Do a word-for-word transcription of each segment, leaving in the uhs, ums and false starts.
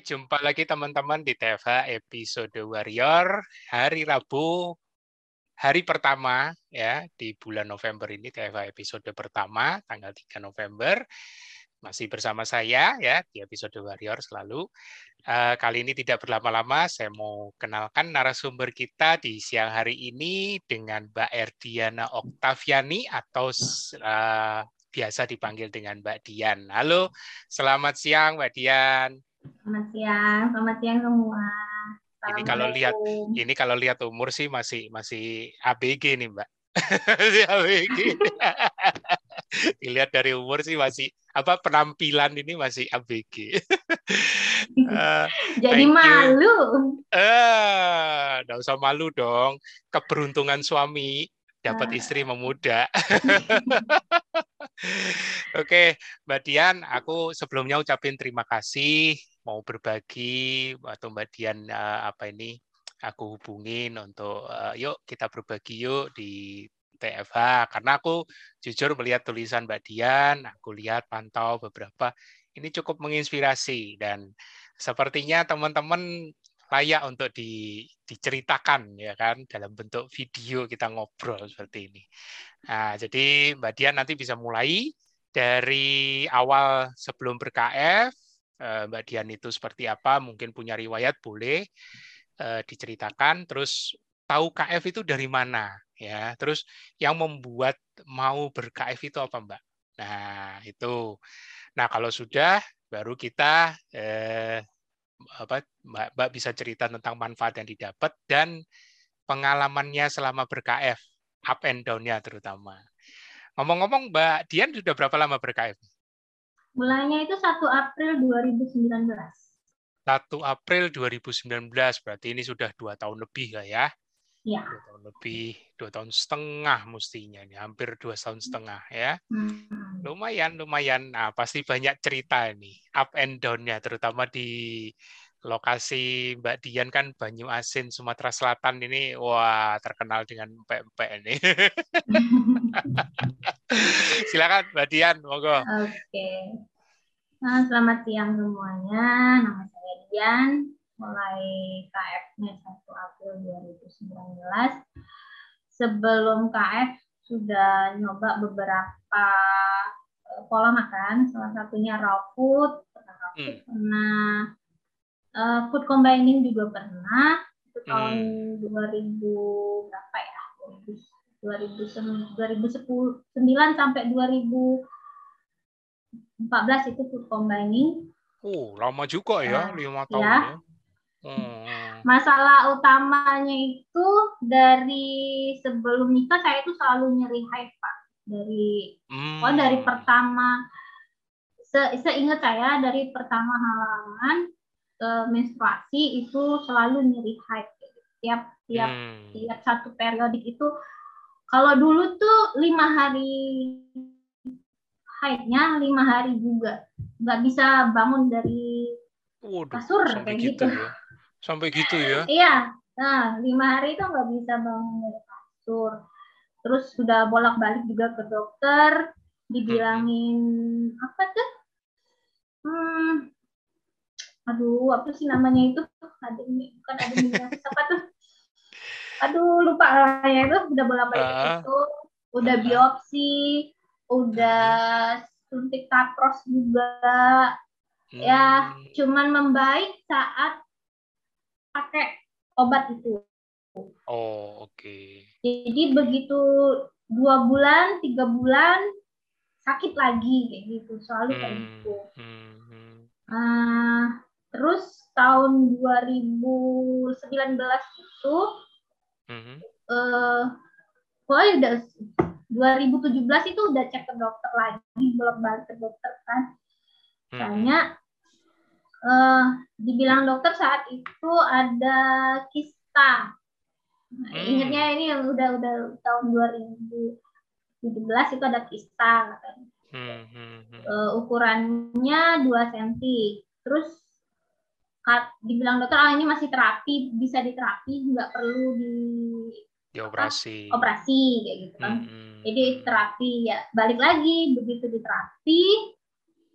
jumpa lagi teman-teman di T F H episode Warrior hari Rabu, hari pertama ya di bulan November ini, T F H episode pertama tanggal tiga November. Masih bersama saya ya di episode Warrior selalu. Uh, kali ini tidak berlama-lama, saya mau kenalkan narasumber kita di siang hari ini dengan Mbak Erdiana Oktaviani atau uh, biasa dipanggil dengan Mbak Dian. Halo, selamat siang Mbak Dian. Selamat siang, selamat siang semua. Ini kalau lihat, ini kalau lihat umur sih masih masih A B G nih Mbak. A B G. Dilihat dari umur sih masih apa penampilan ini masih A B G. uh, Jadi malu. Eh, nggak usah malu dong. Keberuntungan suami dapat uh. istri memuda. Oke, Mbak Dian, aku sebelumnya ucapin terima kasih mau berbagi atau Mbak Dian uh, apa ini aku hubungin untuk uh, yuk kita berbagi yuk di T F H karena aku jujur melihat tulisan Mbak Dian, aku lihat pantau beberapa ini cukup menginspirasi dan sepertinya teman-teman layak untuk di, diceritakan ya kan dalam bentuk video kita ngobrol seperti ini. Nah, jadi Mbak Dian nanti bisa mulai dari awal sebelum ber-K F, Mbak Dian itu seperti apa, mungkin punya riwayat boleh uh, diceritakan, terus tahu K F itu dari mana, ya, terus yang membuat mau ber-K F itu apa Mbak? Nah itu, nah kalau sudah baru kita eh, apa Mbak, Mbak bisa cerita tentang manfaat yang didapat dan pengalamannya selama ber-K F, up and down-nya terutama. Ngomong-ngomong Mbak Dian sudah berapa lama ber-K F? Mulainya itu satu April dua ribu sembilan belas. satu April dua ribu sembilan belas, berarti ini sudah dua tahun lebih lah ya. Ya. Dua tahun lebih, dua tahun setengah mestinya, ini hampir dua tahun setengah ya. Hmm. Lumayan, lumayan. Nah, pasti banyak cerita ini, up and down-nya, terutama di lokasi Mbak Dian kan Banyu Asin, Sumatera Selatan ini, wah terkenal dengan empek-empek ini. Silakan Mbak Dian, monggo. Oke. Nah, selamat siang semuanya. Nama saya Dian. Mulai K F-nya satu April dua ribu sembilan belas. Sebelum K F sudah nyoba beberapa pola makan, salah satunya raw food, pernah raw food, hmm. pernah uh, food combining juga pernah. Itu tahun hmm. dua ribu berapa ya? dua ribu sembilan sampai dua ribu empat belas itu food combining. Oh, lama juga ya, lima tahun ya. ya. Hmm. Masalah utamanya itu dari sebelum nikah saya itu selalu nyeri haid Pak. Dari hmm. oh dari pertama se seingat saya dari pertama halaman ke menstruasi itu selalu nyeri haid. Tiap tiap hmm. tiap satu periodik itu kalau dulu tuh lima hari haidnya lima hari juga nggak bisa bangun dari Waduh, kasur sampai kayak gitu gitu. Ya. Sampai gitu ya? Iya, nah lima hari itu nggak bisa bangun dari kasur. Terus sudah bolak-balik juga ke dokter, dibilangin hmm. apa tuh? Hmm, aduh, apa sih namanya itu? Ada ini, bukan ada ini apa tuh? Aduh, lupa lah ya itu. Udah bolak-balik uh, itu, udah uh, biopsi, udah uh, suntik tapros juga. Hmm. Ya, cuman membaik saat pakai obat itu. Oh, oke. Okay. Jadi begitu dua bulan, tiga bulan sakit lagi kayak gitu, selalu hmm. kayak gitu. Hmm. Uh, terus tahun dua ribu sembilan belas itu, hmm. uh, pokoknya udah dua ribu tujuh belas itu udah cek ke dokter lagi, belum balik ke dokter kan. Tanya, hmm. uh, dibilang dokter saat itu ada kista. Nah, hmm. ingatnya ini yang udah udah tahun dua ribu tujuh belas itu ada kista katanya. Hmm. Hmm. Hmm. Uh, ukurannya dua sentimeter. Terus kat, dibilang dokter ah ini masih terapi, bisa diterapi, nggak perlu di dioperasi. Apa, operasi kayak gitu kan. Hmm. Jadi terapi ya balik lagi begitu diterapi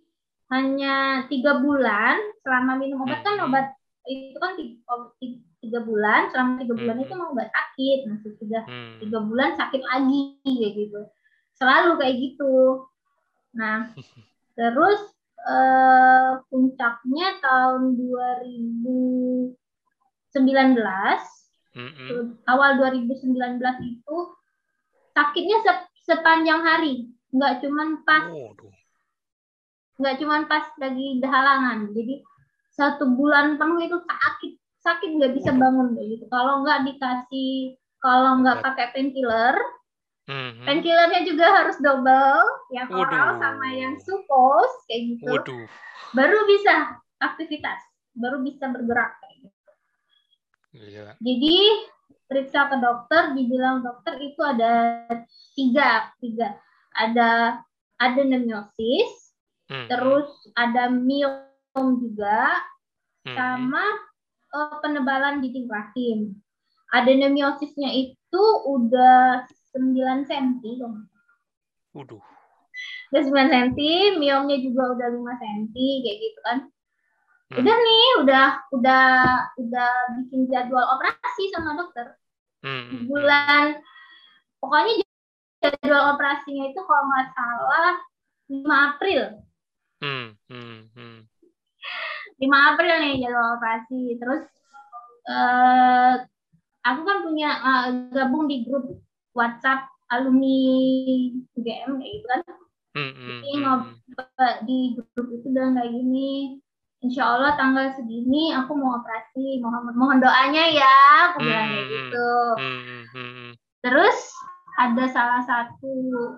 hanya tiga bulan selama minum obat kan obat itu kan tiga bulan selama tiga bulan itu mau obat sakit, nah sudah tiga bulan sakit lagi kayak gitu, selalu kayak gitu. Nah terus eh, puncaknya tahun dua ribu sembilan belas, mm-hmm. awal dua ribu sembilan belas itu sakitnya sepanjang hari, nggak cuman pas oh, nggak cuman pas lagi halangan, jadi satu bulan penuh itu sakit sakit nggak bisa bangun gitu. Kalau nggak dikasih, kalau nggak pakai painkiller, mm-hmm. painkillernya juga harus double, yang Waduh. oral sama yang supos kayak gitu, Waduh. baru bisa aktivitas, baru bisa bergerak kayak gitu. Yeah. Jadi periksa ke dokter, dibilang dokter itu ada tiga, tiga ada adenomyosis, mm-hmm. terus ada miom juga, mm-hmm. sama uh, penebalan dinding rahim. Adenomiosisnya itu udah sembilan sentimeter dong. Waduh. Udah sembilan sentimeter, miomnya juga udah lima sentimeter kayak gitu kan. Hmm. Udah nih, udah udah udah bikin jadwal operasi sama dokter. Hmm. Bulan pokoknya jadwal operasinya itu kalau nggak salah lima April. Hmm. Hmm. Hmm. lima April nih jadwal operasi. Terus eh, aku kan punya uh, gabung di grup WhatsApp alumni U G M kayak gitu kan. Hmm, hmm, Jadi ngobrol di grup itu udah kayak gini. Insya Allah tanggal segini aku mau operasi. Mohon mohon doanya ya, aku bilang kayak gitu. Hmm, hmm. Terus ada salah satu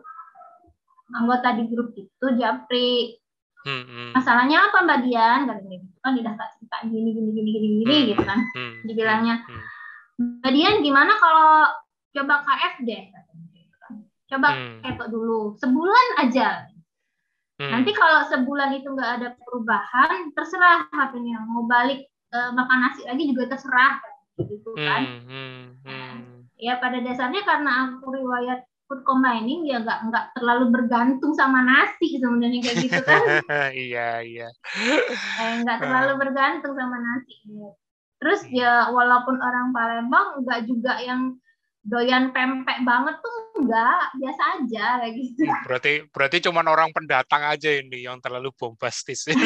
anggota di grup itu japri. Hmm, hmm. Masalahnya apa Mbak Dian? Katanya gitu kan, dia udah cerita gini gini gini gini gini hmm, gitu kan. Hmm, Dibilangnya. Hmm. Mbak Dian gimana kalau coba K F deh? Coba hmm. ketok dulu, sebulan aja. Hmm. Nanti kalau sebulan itu nggak ada perubahan, terserah katanya. Mau balik e, makan nasi lagi juga terserah. Gitu kan. Hmm. Hmm. Hmm. Ya pada dasarnya karena aku riwayat food combining, ya nggak nggak terlalu bergantung sama nasi sebenarnya kayak gitu kan. Iya, iya. Eh, nggak terlalu bergantung sama nasi. Terus ya walaupun orang Palembang nggak juga yang doyan pempek banget tuh, enggak, biasa aja kayak gitu. Berarti berarti cuman orang pendatang aja ini yang terlalu bombastis. Oke,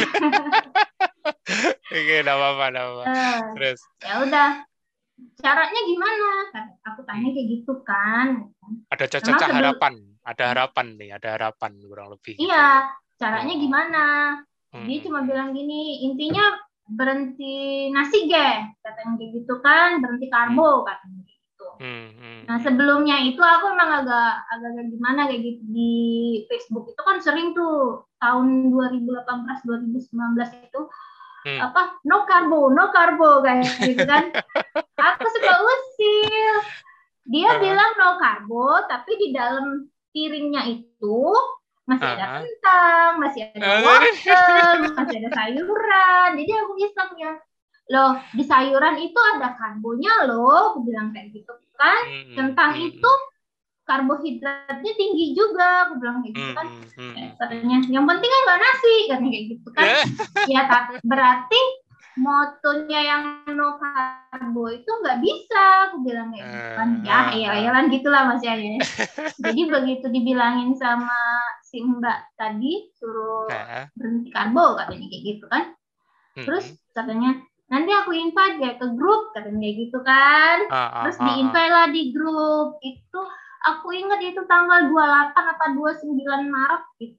enggak apa-apa, enggak apa-apa. Uh, Terus ya udah. Caranya gimana? Aku tanya kayak gitu kan. Ada caca harapan, ada harapan nih, ada harapan kurang lebih. Iya, gitu. Caranya oh. gimana? Hmm. Dia cuma bilang gini, intinya berhenti nasi ge, katanya kayak gitu kan, berhenti karbo hmm. katanya gitu. Hmm, hmm, nah sebelumnya itu aku emang agak agak gimana kayak gitu di Facebook itu kan sering tuh tahun dua ribu delapan belas dua ribu sembilan belas itu hmm. apa no karbo no karbo kayak gitu kan. Aku suka usil. Dia uh-huh. bilang no karbo, tapi di dalam piringnya itu masih uh-huh. ada kentang, masih ada wortel, masih ada sayuran. Jadi aku iseng ya, loh di sayuran itu ada karbonya loh, aku bilang kayak gitu kan. Mm-hmm. Kentang mm-hmm. itu karbohidratnya tinggi juga, aku bilang kayak gitu kan. Mm-hmm. Katanya yang penting kan nggak nasi, katanya kayak gitu kan. Ya berarti motonya yang no karbo itu nggak bisa, aku bilang kayak gitu kan. Ya ya-yalan gitulah Mas ya. Jadi begitu dibilangin sama si Mbak tadi suruh berhenti karbo, katanya kayak gitu kan. Terus katanya nanti aku invite ya ke grup, katanya kayak gitu kan. Ah, Terus ah, di-invite lah di grup. Itu aku ingat itu tanggal dua puluh delapan atau dua puluh sembilan Maret gitu.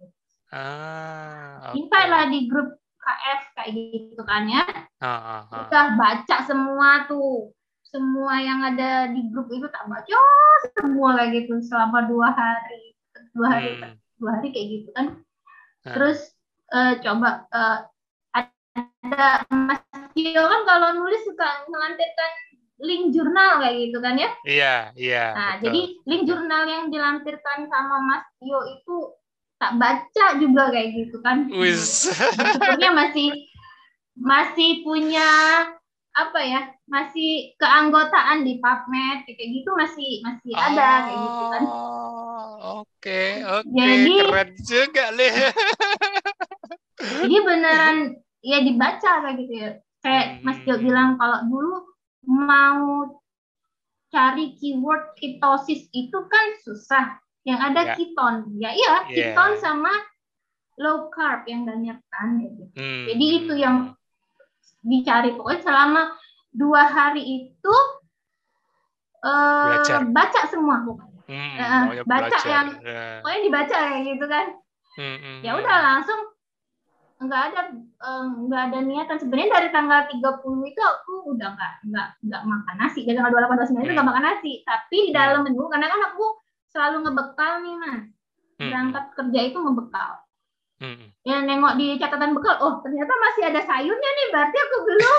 Ah, okay. Invite lah di grup K F kayak gitu kan ya. Ah, ah, ah. Udah baca semua tuh. Semua yang ada di grup itu tak baca semua kayak gitu selama dua hari. Dua hari, hmm. dua hari kayak gitu kan. Ah. Terus uh, coba uh, ada Mas Tio kan kalau nulis suka melampirkan link jurnal kayak gitu kan ya? Iya, iya. Nah, betul. Jadi link jurnal yang dilampirkan sama Mas Tio itu tak baca juga kayak gitu kan? Wis. Bersyukurnya masih masih punya apa ya? Masih keanggotaan di PubMed kayak gitu masih masih oh, ada kayak gitu kan? Oke, oke. Jadi, keren juga nih. Jadi beneran ya dibaca kayak gitu ya. Kayak Mas Jo bilang kalau dulu mau cari keyword ketosis itu kan susah. Yang ada yeah. keton. Ya iya, yeah. keton sama low carb yang banyak kan gitu. Hmm. Jadi itu yang dicari. Pokoknya selama dua hari itu uh, baca semua pokoknya. Hmm, uh, baca belajar. yang yeah. pokoknya dibaca kayak gitu kan. Hmm, hmm, ya udah langsung nggak ada nggak um, ada niatan. Sebenarnya dari tanggal tiga puluh itu aku udah nggak nggak nggak makan nasi. Dari tanggal dua puluh delapan dua puluh sembilan hmm. itu nggak makan nasi. Tapi di dalam menu karena kan aku selalu ngebekal nih Mas. Berangkat hmm. kerja itu ngebekal. Hmm. Ya nengok di catatan bekal, oh ternyata masih ada sayurnya nih, berarti aku belum.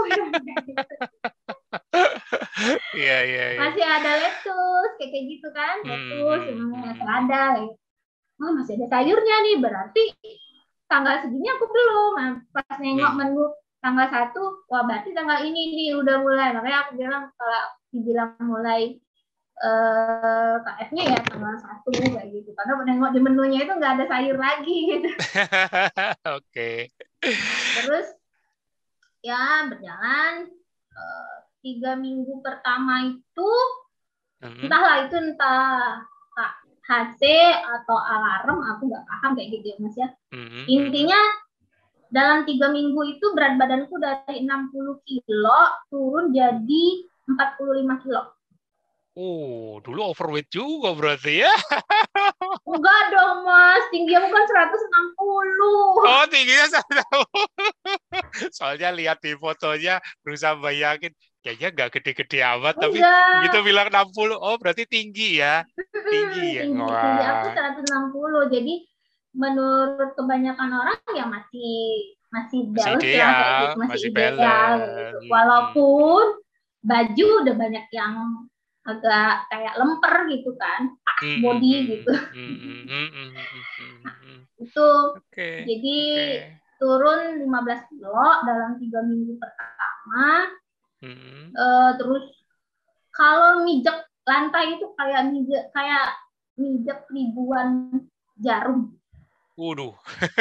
Iya iya. Masih ada lettuce kayak kayak gitu kan, lettuce, hmm. selada. Oh masih ada sayurnya nih, berarti tanggal segini aku belum. Nah, pas nengok hmm. menu tanggal satu, wah berarti tanggal ini nih udah mulai. Makanya aku bilang kalau dibilang mulai uh, K F-nya ya tanggal satu kayak gitu. Karena nengok di menunya itu nggak ada sayur lagi gitu. Oke. Okay. Terus ya berjalan uh, tiga minggu pertama itu hmm. entahlah itu entah H C atau alarm, aku nggak paham kayak gitu ya Mas ya. Mm-hmm. Intinya dalam tiga minggu itu berat badanku dari enam puluh kilo turun jadi empat puluh lima kilo. Oh, dulu overweight juga berarti ya? Enggak dong Mas, tinggi aku kan seratus enam puluh. Oh, tingginya seratus enam puluh. Soalnya lihat di fotonya, berusaha bayangin, kayaknya nggak gede-gede amat, tapi begitu bilang enam puluh, oh berarti tinggi ya? Tinggi ya? Tinggi, tinggi aku seratus enam puluh, jadi menurut kebanyakan orang ya masih masih balance lah kayak gitu, masih, masih ideal gitu. Walaupun baju udah banyak yang agak kayak lemper gitu kan, pas body gitu. Nah, itu okay, jadi okay. turun lima belas kilo dalam tiga minggu pertama. Hmm. Uh, terus kalau mijek lantai itu kayak mijek kayak mijek ribuan jarum. Waduh.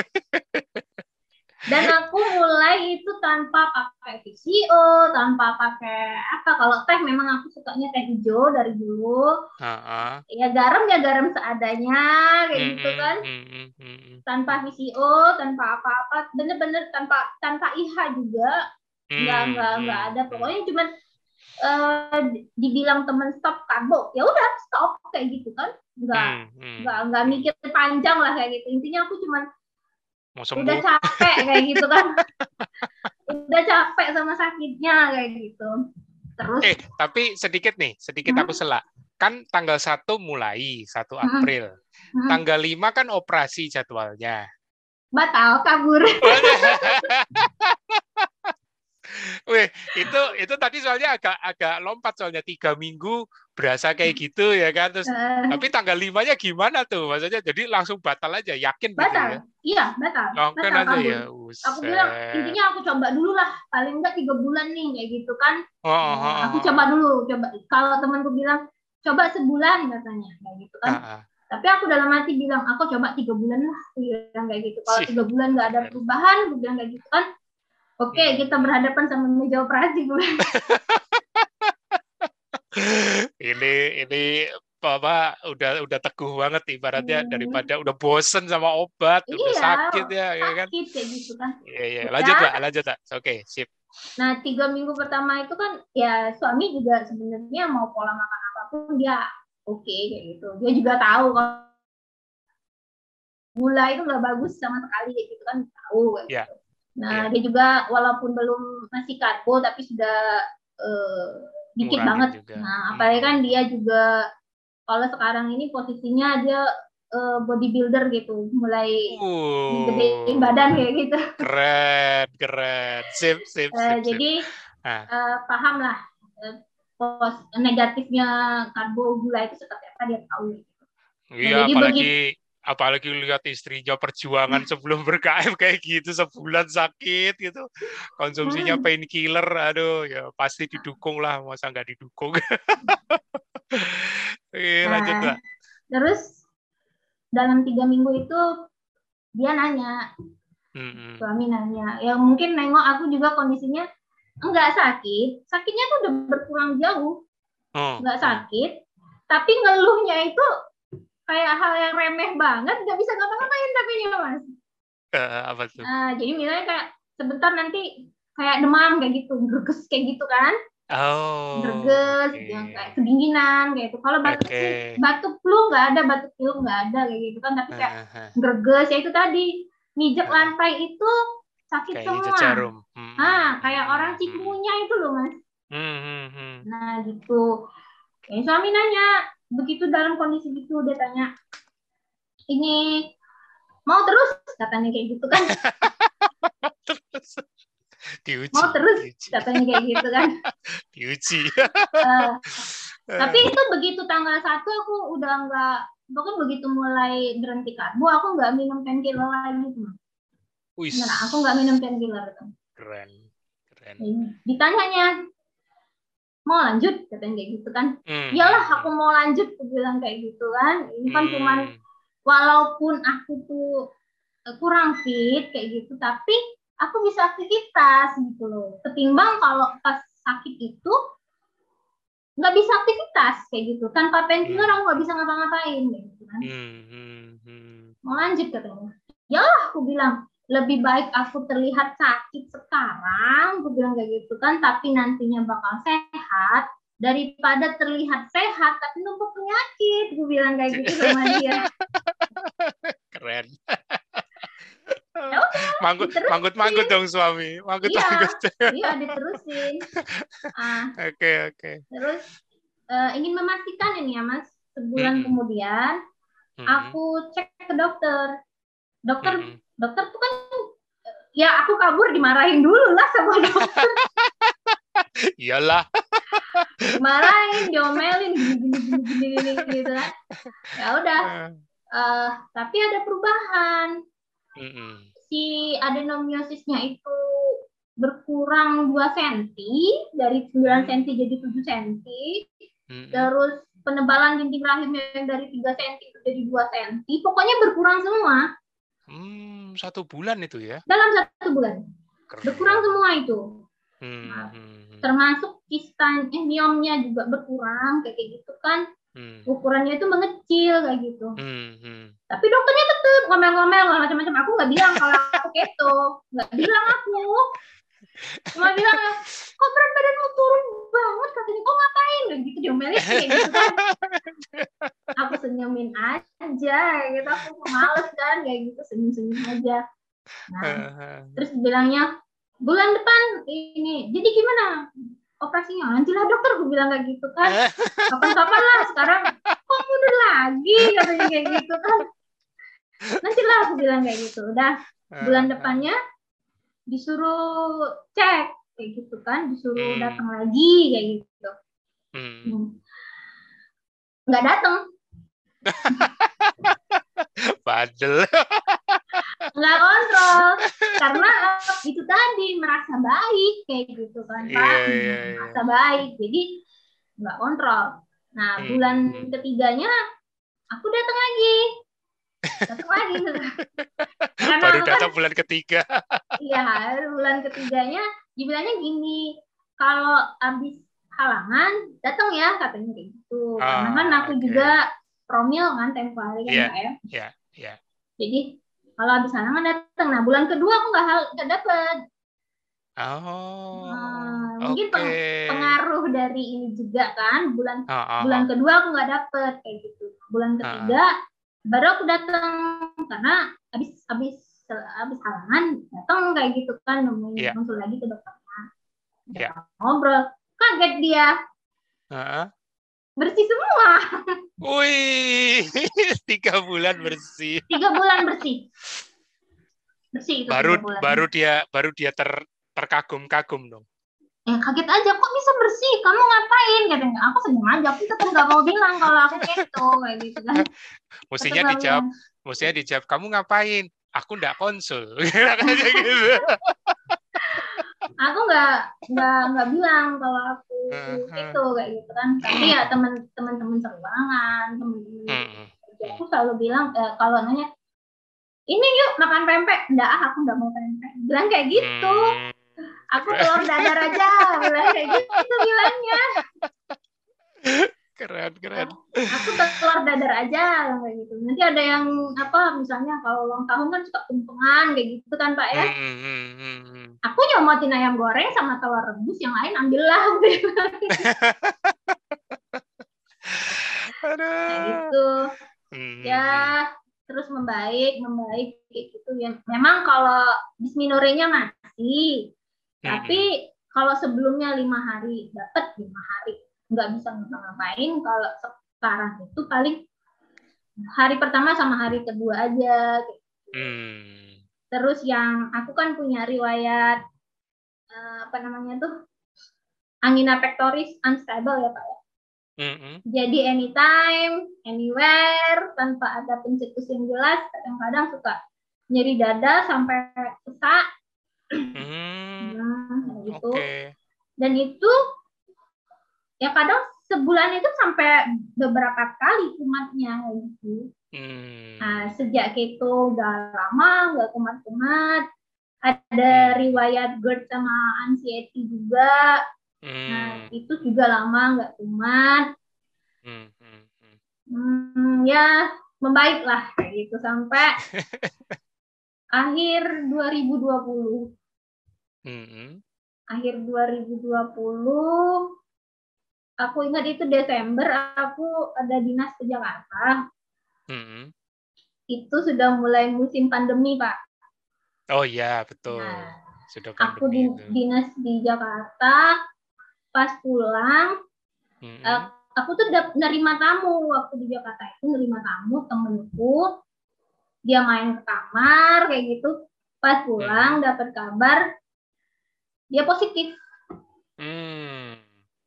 Dan aku mulai itu tanpa pakai V C O, tanpa pakai apa. Kalau teh memang aku sukanya teh hijau dari dulu. Uh-uh. Ya garam ya garam seadanya kayak mm-hmm. gitu kan. Mm-hmm. Tanpa V C O, tanpa apa-apa, bener-bener tanpa tanpa I H juga. Mm-hmm. Nggak nggak nggak ada. Pokoknya cuman uh, dibilang temen stop karbo, ya udah stop kayak gitu kan. Nggak mm-hmm. nggak nggak mikir panjang lah kayak gitu. Intinya aku cuman udah capek kayak gitu kan. Udah capek sama sakitnya kayak gitu. Terus Eh, tapi sedikit nih, sedikit hmm? aku selak. Kan tanggal satu mulai, satu April. Hmm. Tanggal lima kan operasi jadwalnya. Batal, kabur. Wih, itu itu tadi soalnya agak agak lompat soalnya tiga minggu berasa kayak gitu ya kan. Terus uh, tapi tanggal limanya gimana tuh? Maksudnya jadi langsung batal aja, yakin batal. gitu ya? Iya, batal. Yakin batal, aja kabur. ya. Uset. Aku bilang intinya aku coba dulu lah, paling enggak tiga bulan nih kayak gitu kan. Oh, oh, oh, aku coba dulu, coba. Kalau temanku bilang coba sebulan katanya kayak gitu kan. Uh, uh. Tapi aku dalam hati bilang aku coba tiga bulan lah, bilang kayak gitu. Kalau tiga bulan nggak ada perubahan, aku bilang kayak gitu kan. Oke, okay, kita berhadapan sama meja operasi gue. ini ini Bapak udah udah teguh banget ibaratnya hmm. daripada udah bosen sama obat, iya, udah sakit ya, sakit ya kan? Kayak gitu kan. Iya, iya. Lanjut lah, lanjut lah. Oke, okay, sip. Nah, tiga minggu pertama itu kan ya suami juga sebenarnya mau pola makan apapun dia oke okay, kayak gitu. Dia juga tahu kalau gula itu nggak bagus sama sekali kayak gitu kan, tahu kayak yeah. gitu. Nah, yeah. dia juga walaupun belum masih karbo tapi sudah uh, dikit Murangin banget. Juga. Nah, apalagi kan dia juga kalau sekarang ini posisinya dia uh, bodybuilder gitu, mulai uh, gedein badan kayak gitu. Keren, keren. Sip, sip, uh, sip. Jadi sip. Uh, paham lah uh, pos negatifnya karbo gula itu seperti apa dia tahu. Iya, nah, jadi apalagi begitu, apalagi lihat istrinya perjuangan sebelum ber-K F kayak gitu, sebulan sakit gitu, konsumsinya painkiller, aduh ya pasti didukung lah, masa nggak didukung. Oke, lanjut Mbak. Terus dalam tiga minggu itu dia nanya, Mm-mm. Suami nanya, ya mungkin nengok aku juga kondisinya enggak sakit, sakitnya tuh udah berkurang jauh, Oh, enggak oh. sakit, tapi ngeluhnya itu kayak hal yang remeh banget, nggak bisa ngapa-ngapain tapi ya mas. Uh, apa tuh? Uh, jadi misalnya kayak sebentar nanti kayak demam kayak gitu, greges kayak gitu kan. Oh. Greges, Okay. yang kayak kedinginan kayak itu. Kalau batuk Okay. batuk flu nggak ada, batuk flu nggak ada kayak gitu kan. Tapi kayak uh-huh. greges ya itu tadi, mijak uh-huh. lantai itu sakit kayak semua. Jarum. Hmm. Ah, kayak hmm. orang cikungunya itu loh mas. Hmm. Hmm. Hmm. Nah gitu. Ya, suami nanya, begitu dalam kondisi gitu dia tanya, ini mau terus katanya kayak gitu kan. Terus diuji. Mau terus diuji. katanya kayak gitu kan. Diuji. uh, tapi itu begitu tanggal satu aku udah nggak, pokoknya begitu mulai berhenti karbo aku nggak minum painkiller lagi tuh. Beneran, aku nggak minum painkiller tuh. Keren. Keren. Ditanyanya mau lanjut katanya kayak gitu kan. Hmm. Iyalah aku mau lanjut, aku bilang kayak gitu kan. Ini kan hmm. cuman walaupun aku tuh kurang fit kayak gitu, tapi aku bisa aktivitas gitu loh. Ketimbang kalau pas sakit itu nggak bisa aktivitas kayak gitu. Tanpa painkiller aku nggak bisa ngapa-ngapain kayak gitu kan. Hmm, hmm, hmm. Mau lanjut katanya. Ya aku bilang lebih baik aku terlihat sakit sekarang, aku bilang kayak gitu kan, tapi nantinya bakal sehat daripada terlihat sehat tapi numpuk penyakit, aku bilang kayak gitu sama dia. Keren. Ya udah, manggut, manggut, manggut dong suami, manggut, iya, manggut. Iya, diterusin. Oke, ah, oke. Okay, okay. Terus uh, ingin memastikan ini ya mas, sebulan mm-hmm. kemudian mm-hmm. aku cek ke dokter. Dokter, mm-hmm. dokter tuh kan, ya aku kabur dimarahin dulu lah sama dokter. Iyalah. Dimarahin, diomelin, gini-gini, gini-gini gitu kan. Ya udah. Uh, tapi ada perubahan. Mm-hmm. Si adenomiosisnya itu berkurang dua sentimeter, dari sembilan sentimeter jadi tujuh sentimeter. Mm-hmm. Terus penebalan dinding rahim yang dari tiga sentimeter jadi dua sentimeter. Pokoknya berkurang semua. Hmm, satu bulan itu ya? Dalam satu bulan. Keren. Berkurang semua itu. Hmm. Nah, termasuk kistan eh, miomnya juga berkurang kayak gitu kan. Hmm. Ukurannya itu mengecil kayak gitu. Hmm, hmm. Tapi dokternya tetap ngomel-ngomel macam-macam. Aku nggak bilang kalau aku keto, nggak bilang aku. Cuma bilang, kok berat badanmu turun banget katanya, kok ngapain? Dan gitu diomelin kayak gitu kan. Aku senyumin aja, gitu. Aku males kan kayak gitu, senyum-senyum aja. Nah, terus bilangnya bulan depan ini, jadi gimana? Operasinya nantilah dokter, aku bilang kayak gitu kan. Kapan-kapan lah, sekarang kok mundur lagi katanya kayak gitu kan. Nantilah aku bilang kayak gitu. Udah bulan depannya disuruh cek kayak gitu kan, disuruh hmm. datang lagi kayak gitu. Hmm. Nggak datang. Padel. Nggak kontrol karena itu tadi merasa baik kayak gitu kan Pak, yeah, yeah, yeah. merasa baik jadi nggak kontrol. Nah hmm. bulan ketiganya aku datang lagi, datang lagi karena baru aku datang kan, bulan ketiga. Iya bulan ketiganya dibilangnya gini, kalau habis halangan datang ya katanya kayak gitu. Ah, karena kan aku okay. juga promil kan tempo hari kan yeah, Pak ya. Yeah, yeah. Jadi kalau habis halangan datang. Nah bulan kedua aku nggak nggak dapet. Oh. Nah, mungkin okay. pengaruh dari ini juga kan. Bulan oh, oh, bulan oh. kedua aku nggak dapet kayak gitu. Bulan ketiga oh. baru aku datang karena habis habis habis halangan datang kayak gitu kan, nemuin yeah. konsul lagi ke dokternya. Yeah. Ngobrol, kaget dia. Uh-huh. Bersih semua. Wih, tiga bulan bersih. Tiga bulan bersih. Bersih itu baru tiga bulan. baru dia baru dia ter terkagum-kagum dong. Ya kaget aja, kok bisa bersih? Kamu ngapain? Katanya, aku senyum aja, aku tetap nggak mau bilang kalau aku keto kayak gitu kan. Mestinya dijawab, mestinya dijawab, kamu ngapain? Aku nggak konsul. gitu. Aku nggak nggak nggak bilang kalau aku keto kayak gitu kan. Tapi ya teman-teman teman seruangan, teman-teman aku selalu bilang eh, kalau nanya ini yuk makan pempek. Enggak, ah, aku enggak mau pempek. Bilang kayak gitu. Hmm. Aku telur dadar aja. Bilang kayak gitu bilangnya. Keren, keren. Aku telur dadar aja kayak gitu. Nanti ada yang apa misalnya kalau ulang tahun kan suka tumpengan kayak gitu kan Pak ya. Hmm, hmm, hmm, hmm. Aku nyomotin ayam goreng sama telur rebus, yang lain ambillah. Nah gitu. Hmm, ya terus membaik, membaik kayak gitu ya. Memang kalau disminurenya masih, hmm. tapi kalau sebelumnya lima hari dapat lima hari nggak bisa ngapa-ngapain. Kalau sekarang itu paling hari pertama sama hari kedua aja. Gitu. Hmm. Terus yang aku kan punya riwayat uh, apa namanya tuh angina pectoris unstable ya Pak ya. Mm-hmm. Jadi anytime, anywhere, tanpa ada pencetus yang jelas, kadang-kadang suka nyeri dada sampai sesak. Mm. Nah, gitu. Okay. Dan itu ya kadang sebulan itu sampai beberapa kali kumatnya gitu. Mm. Nah, sejak itu udah lama nggak kumat-kumat. Ada mm. riwayat GERD sama anxiety juga. Hmm. Nah, itu juga lama nggak kumat. Hmm, hmm, hmm. Hmm, ya, membaik lah kayak gitu sampai akhir dua ribu dua puluh. Hmm. Akhir dua ribu dua puluh, aku ingat itu Desember, aku ada dinas ke Jakarta. Hmm. Itu sudah mulai musim pandemi, Pak. Oh iya, betul. Nah, sudah pandemi. Aku di, dinas di Jakarta. Pas pulang, mm-hmm. uh, aku tuh udah nerima tamu waktu di Jakarta itu, nerima tamu temenku, dia main ke kamar kayak gitu. Pas pulang mm-hmm. dapat kabar dia positif. Mm.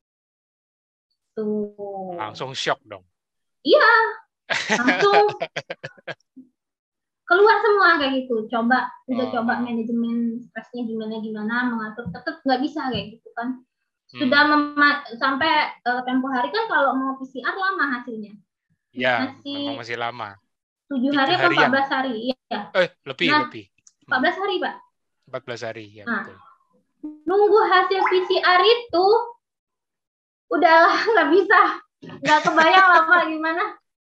Tuh. Langsung shock dong. Iya, langsung keluar semua kayak gitu. Coba, udah oh. coba manajemen stresnya gimana gimana, mengatur, tetap nggak bisa kayak gitu kan. Sudah hmm. sampai uh, tempo hari kan kalau mau P C R lama hasilnya. Ya, masih, memang masih lama. tujuh hari atau empat belas hari? Iya. Eh, lebih, nah, lebih. empat belas hari, Pak. empat belas hari, ya nah, betul. Nunggu hasil P C R itu udahlah nggak bisa. Nggak kebayang lama gimana.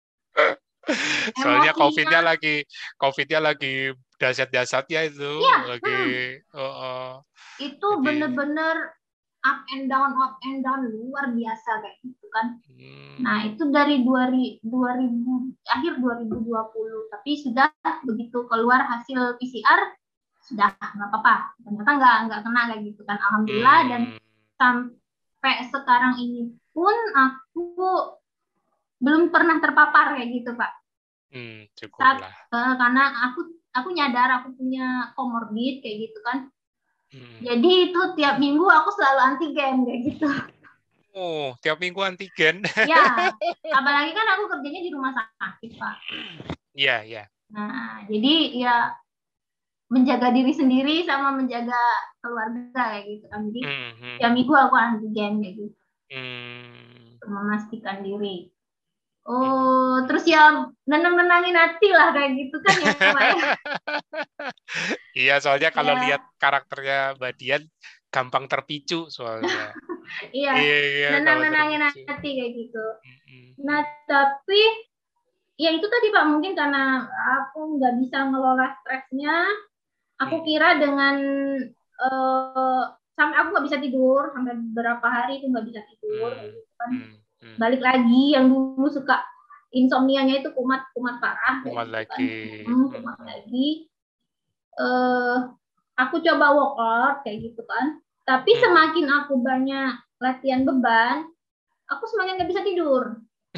Soalnya COVID-nya lagi COVID-nya lagi dahsyat-dahsyatnya itu. Iya. Lagi hmm. oh, oh, itu lagi... bener-bener up and down, up and down, luar biasa kayak gitu kan. Hmm. Nah, itu dari dua ribu, akhir dua ribu dua puluh. Tapi sudah begitu keluar hasil P C R, sudah nggak apa-apa. Ternyata nggak nggak kena kayak gitu kan. Alhamdulillah. Hmm. Dan sampai sekarang ini pun aku belum pernah terpapar kayak gitu, Pak. Hmm, syukurlah. Uh, karena aku aku nyadar aku punya komorbid kayak gitu kan. Hmm. Jadi itu tiap minggu aku selalu antigen kayak gitu. Oh, tiap minggu antigen. Ya, apalagi kan aku kerjanya di rumah sakit, Pak. Iya, iya. Nah, jadi ya menjaga diri sendiri sama menjaga keluarga kayak gitu kan. Jadi mm-hmm. tiap minggu aku antigen kayak gitu. Mm. Untuk memastikan diri. Oh, mm. terus ya nenang-nenangin hati lah kayak gitu kan ya, Pak ya. Iya, soalnya kalau ya. lihat karakternya Mbak Dian gampang terpicu soalnya. Iya, iya nenang-nenangin hati kayak gitu. Mm-hmm. Nah, tapi ya itu tadi Pak, mungkin karena aku nggak bisa ngelola stresnya, aku mm. kira dengan uh, sampai aku nggak bisa tidur, sampai beberapa hari itu nggak bisa tidur, mm. gitu kan. Mm. Balik lagi yang dulu suka insomnianya itu kumat-kumat parah. Kumat gitu lagi. Kan. Hmm, kumat mm. lagi. Uh, aku coba workout kayak gitu kan. Tapi hmm. semakin aku banyak latihan beban, aku semakin nggak bisa tidur.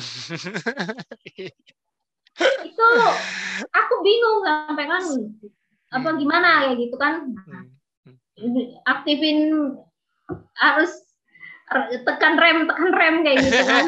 Itu aku bingung sampai kan apa gimana ya gitu kan. Nah, aktifin harus tekan rem, tekan rem kayak gitu kan.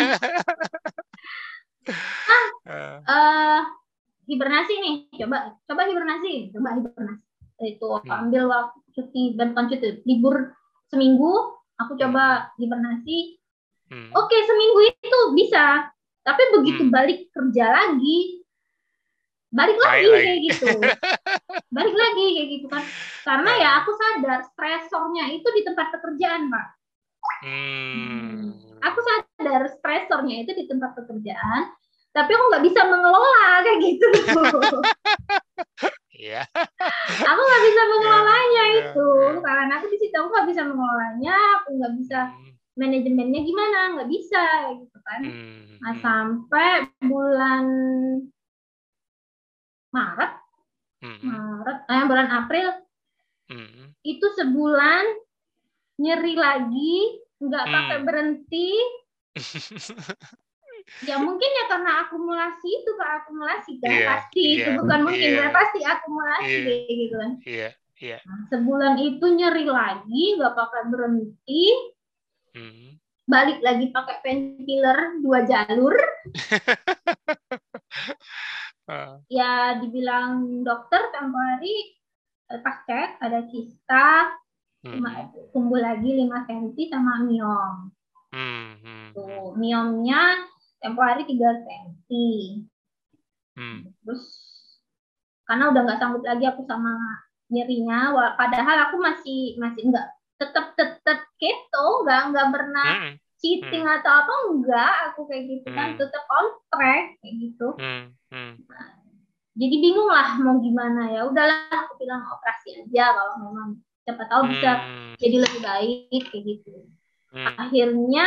Ah, uh, hibernasi nih, coba coba hibernasi, coba hibernasi. Itu ambil waktu cuti dan bukan cuti, libur seminggu, aku coba hibernasi. Hmm. Oke, seminggu itu bisa. Tapi begitu hmm. balik kerja lagi, balik lagi, lagi kayak gitu. Balik lagi kayak gitu kan. Karena ya aku sadar stresornya itu di tempat pekerjaan, Pak. Hmm. Aku sadar stresornya itu di tempat pekerjaan, tapi aku nggak bisa mengelola kayak gitu. Iya. Aku nggak bisa mengelolanya yeah, itu, yeah, yeah. Karena aku di situ aku nggak bisa mengelolanya, aku nggak bisa hmm. manajemennya gimana, nggak bisa gitu kan. Hmm. Nah sampai bulan Maret, hmm. Maret, eh, bulan April, hmm. itu sebulan nyeri lagi, nggak hmm. pakai berhenti. Ya mungkin ya karena akumulasi itu Kak, akumulasi kan yeah, pasti yeah, itu bukan mungkin yeah, ya pasti akumulasi yeah, kayak gitu kan. Iya, yeah, iya. Yeah. Nah, sebulan itu nyeri lagi, nggak pakai berhenti. Hmm. Balik lagi pakai painkiller dua jalur. uh. Ya dibilang dokter tempo hari pas cek ada kista, hmm. tumbuh lagi lima sentimeter sama miom. Hmm. Hmm. Tuh, miomnya tempo hari tiga sentimeter. Hmm. Terus karena udah nggak sanggup lagi aku sama nyerinya, padahal aku masih masih enggak tetap tetap keto, nggak nggak pernah hmm. cheating hmm. atau apa enggak, aku kayak gitu kan, hmm. tetap on track kayak gitu. Hmm. Hmm. Nah, jadi bingung lah mau gimana ya. Udahlah aku bilang operasi aja kalau memang siapa tahu bisa hmm. jadi lebih baik kayak gitu. Hmm. Akhirnya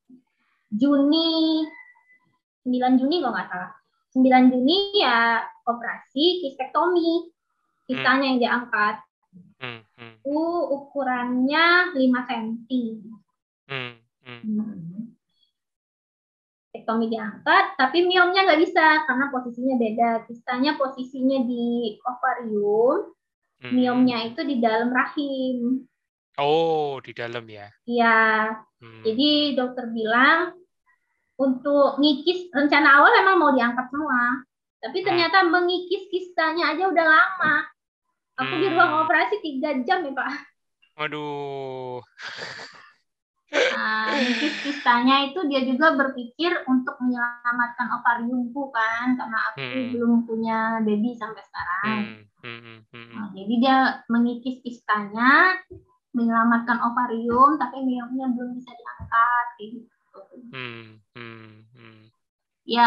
Juni sembilan Juni kalau nggak salah. sembilan Juni ya operasi kistektomi. Kistanya hmm. yang diangkat. Hmm. Hmm. Itu ukurannya lima sentimeter. Hmm. Hmm. Hmm. Kistektomi diangkat, tapi miomnya nggak bisa karena posisinya beda. Kistanya posisinya di ovarium, hmm. miomnya itu di dalam rahim. Oh, di dalam ya? Iya. Hmm. Jadi dokter bilang untuk ngikis, rencana awal emang mau diangkat semua, tapi ternyata hmm. mengikis kistanya aja udah lama. Aku hmm. di ruang operasi tiga jam ya Pak. Waduh. Nah, ngikis kistanya itu dia juga berpikir untuk menyelamatkan ovariumku kan, karena aku hmm. belum punya baby sampai sekarang. Hmm. Hmm. Hmm. Nah, jadi dia mengikis kistanya, menyelamatkan ovarium, tapi miomnya belum bisa diangkat gitu. Hmm, hmm, hmm. Ya,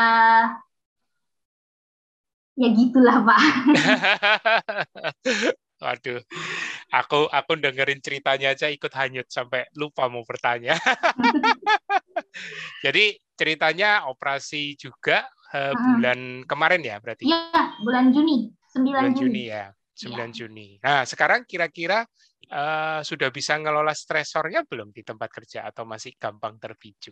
ya gitulah Pak. Waduh, aku aku dengerin ceritanya aja ikut hanyut sampai lupa mau bertanya. Jadi ceritanya operasi juga uh, bulan kemarin ya berarti? Iya, bulan Juni, sembilan bulan Juni ya, sembilan ya. Juni. Nah sekarang kira-kira uh, sudah bisa ngelola stresornya belum di tempat kerja atau masih gampang terpicu?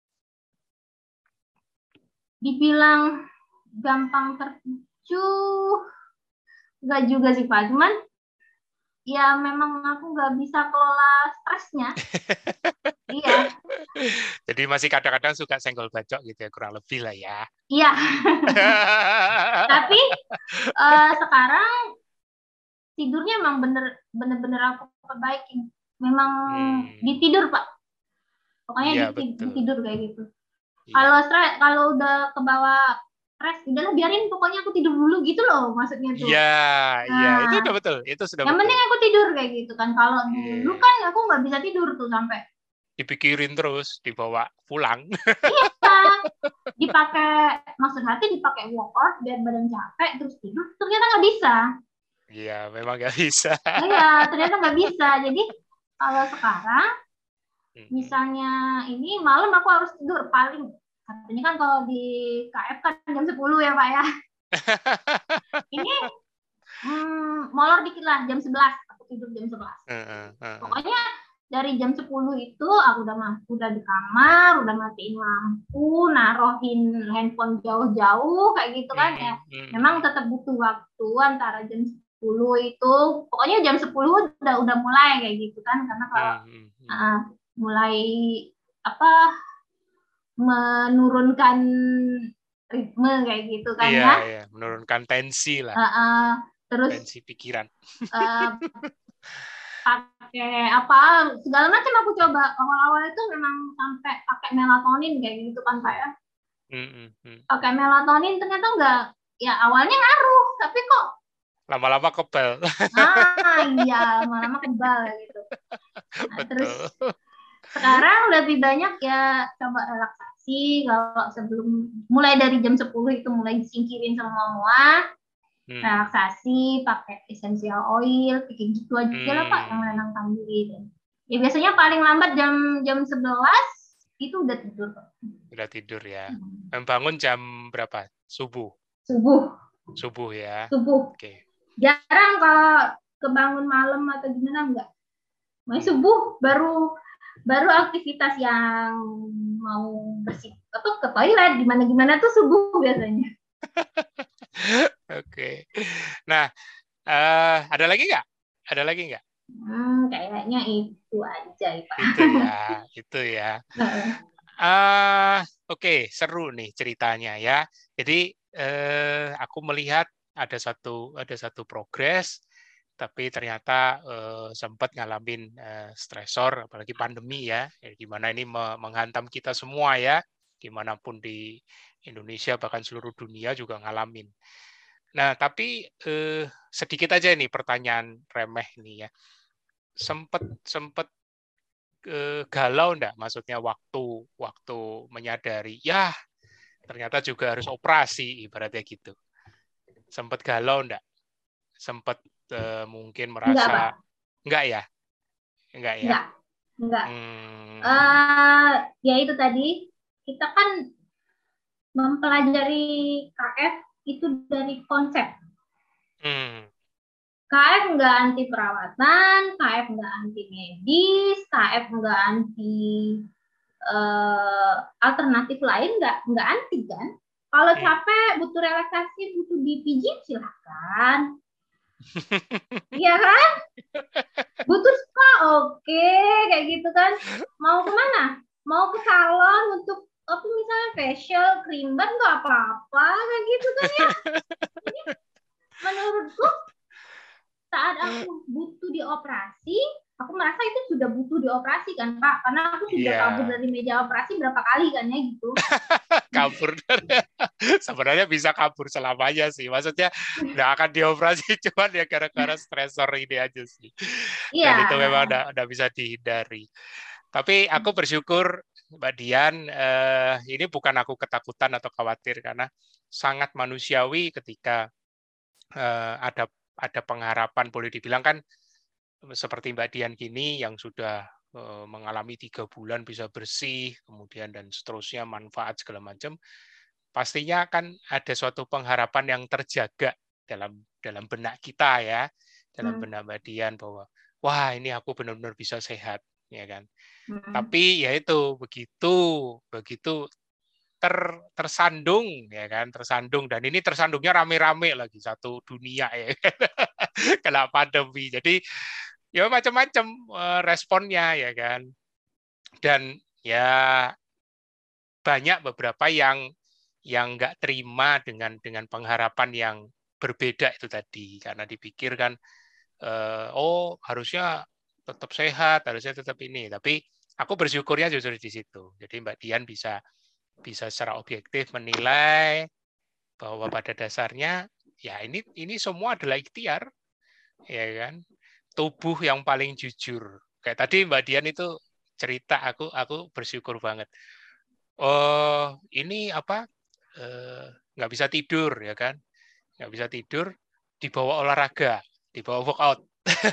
Dibilang gampang terpicu, nggak juga sih Pak, cuman ya memang aku nggak bisa kelola stresnya. Iya. Jadi masih kadang-kadang suka senggol bacok gitu ya, kurang lebih lah ya. Iya. Tapi uh, sekarang tidurnya memang bener bener-bener aku perbaikin. Memang hmm. ditidur Pak. Pokoknya ya, di, ditidur kayak gitu. Ya. Kalau stres, kalau udah kebawa stres, udahlah biarin pokoknya aku tidur dulu gitu loh maksudnya tuh. Iya, iya, nah, itu udah betul, itu sudah yang betul. Yang penting aku tidur kayak gitu kan. Kalau dulu kan aku nggak bisa tidur tuh sampai dipikirin terus, dibawa pulang. Iya, dipakai, maksud hati dipakai workout biar badan capek terus tidur, ternyata nggak bisa. Iya, memang nggak bisa. Iya, ternyata nggak bisa. Jadi kalau sekarang, misalnya ini malam aku harus tidur paling, katanya kan kalau di K F kan jam sepuluh ya Pak ya. Ini hmm, molor dikit lah, jam sebelas. Aku tidur jam sebelas. Uh, uh, uh. Pokoknya dari jam sepuluh itu aku udah udah di kamar, udah matiin lampu, naruhin handphone jauh-jauh kayak gitu kan ya. Memang tetap butuh waktu antara jam sepuluh itu, pokoknya jam sepuluh udah udah mulai kayak gitu kan, karena kalau uh, mulai apa menurunkan ritme kayak gitu kan iya, ya. Iya, menurunkan tensi lah. Uh, uh, terus tensi pikiran. Uh, pakai apa segala macam aku coba. Awal-awal itu memang sampai pakai melatonin kayak gitu kan Pak ya. Mm-hmm. Pakai melatonin ternyata enggak ya awalnya ngaruh, tapi kok lama-lama kebal. Ah iya, lama-lama kebal gitu. Nah, terus sekarang lebih banyak ya coba relaksasi. Kalau sebelum mulai dari jam sepuluh itu mulai disingkirin semua, hmm. relaksasi, pakai essential oil, kayak gitu aja hmm. lah Pak, yang menenangkan diri. Ya biasanya paling lambat jam jam sebelas itu udah tidur. Udah tidur ya. Hmm. Bangun jam berapa? Subuh. Subuh. Subuh ya. Subuh. Oke. Okay. Jarang kalau kebangun malam atau gimana enggak. Mulai subuh baru baru aktivitas yang mau bersih atau ke toilet gimana gimana tuh subuh biasanya. Oke. Okay. Nah, uh, ada lagi nggak? Ada lagi nggak? Hmm, kayaknya itu aja ya, Pak. Itu ya, itu ya. Uh, Oke, okay, seru nih ceritanya ya. Jadi uh, aku melihat ada satu ada satu progres, tapi ternyata uh, sempat ngalamin uh, stresor, apalagi pandemi ya, ya gimana ini menghantam kita semua ya, dimanapun di Indonesia bahkan seluruh dunia juga ngalamin. Nah tapi uh, sedikit aja nih pertanyaan remeh nih ya, sempat sempat uh, galau enggak? Maksudnya waktu waktu menyadari ya ternyata juga harus operasi ibaratnya gitu. Sempat galau enggak? Sempat uh, mungkin merasa enggak, enggak ya? Enggak ya? Enggak. Enggak. Hmm. Uh, ya itu tadi kita kan mempelajari K F itu dari konsep. Hmm. K F enggak anti perawatan, K F enggak anti medis, K F enggak anti uh, alternatif lain, enggak enggak anti kan? Kalau capek, butuh relaksasi, butuh dipijit, silahkan. Iya kan? Butuh spa, oke, okay. Kayak gitu kan. Mau kemana? Mau ke salon untuk apa misalnya facial, cream bar, nggak apa-apa, kayak gitu kan ya. Jadi, menurutku saat aku butuh dioperasi, aku merasa itu sudah butuh dioperasi kan Pak, karena aku sudah yeah. kabur dari meja operasi berapa kali kan ya gitu. Kabur sebenarnya bisa kabur selamanya sih, maksudnya nggak akan dioperasi cuman ya gara-gara stresor ini aja sih. Yeah. Dan itu memang nggak bisa dihindari. Tapi aku bersyukur Mbak Dian, eh, ini bukan aku ketakutan atau khawatir karena sangat manusiawi ketika eh, ada ada pengharapan, boleh dibilang kan seperti Mbak Dian gini yang sudah uh, mengalami tiga bulan bisa bersih, kemudian dan seterusnya manfaat segala macam, pastinya kan ada suatu pengharapan yang terjaga dalam dalam benak kita ya, dalam hmm. benak Mbak Dian bahwa wah ini aku benar-benar bisa sehat, ya kan. Hmm. Tapi ya itu begitu begitu ter tersandung ya kan, tersandung dan ini tersandungnya rame-rame lagi satu dunia ya kena pandemi. Jadi ya macam-macam responnya ya kan. Dan ya banyak beberapa yang yang nggak terima dengan dengan pengharapan yang berbeda itu tadi, karena dipikir kan oh harusnya tetap sehat, harusnya tetap ini. Tapi aku bersyukurnya justru di situ. Jadi Mbak Dian bisa bisa secara objektif menilai bahwa pada dasarnya ya ini ini semua adalah ikhtiar, ya kan. Tubuh yang paling jujur. Kayak tadi Mbak Dian itu cerita, aku aku bersyukur banget. Oh ini apa nggak uh, bisa tidur ya kan, nggak bisa tidur, dibawa olahraga, dibawa workout.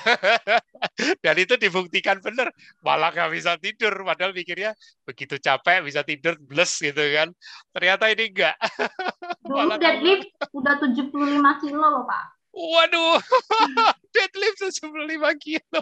Dan itu dibuktikan benar, malah nggak bisa tidur, padahal pikirnya begitu capek bisa tidur bles gitu kan, ternyata ini enggak. Dulu deadlift udah tujuh puluh lima kilo loh Pak. Waduh, deadlift tujuh puluh lima kilo.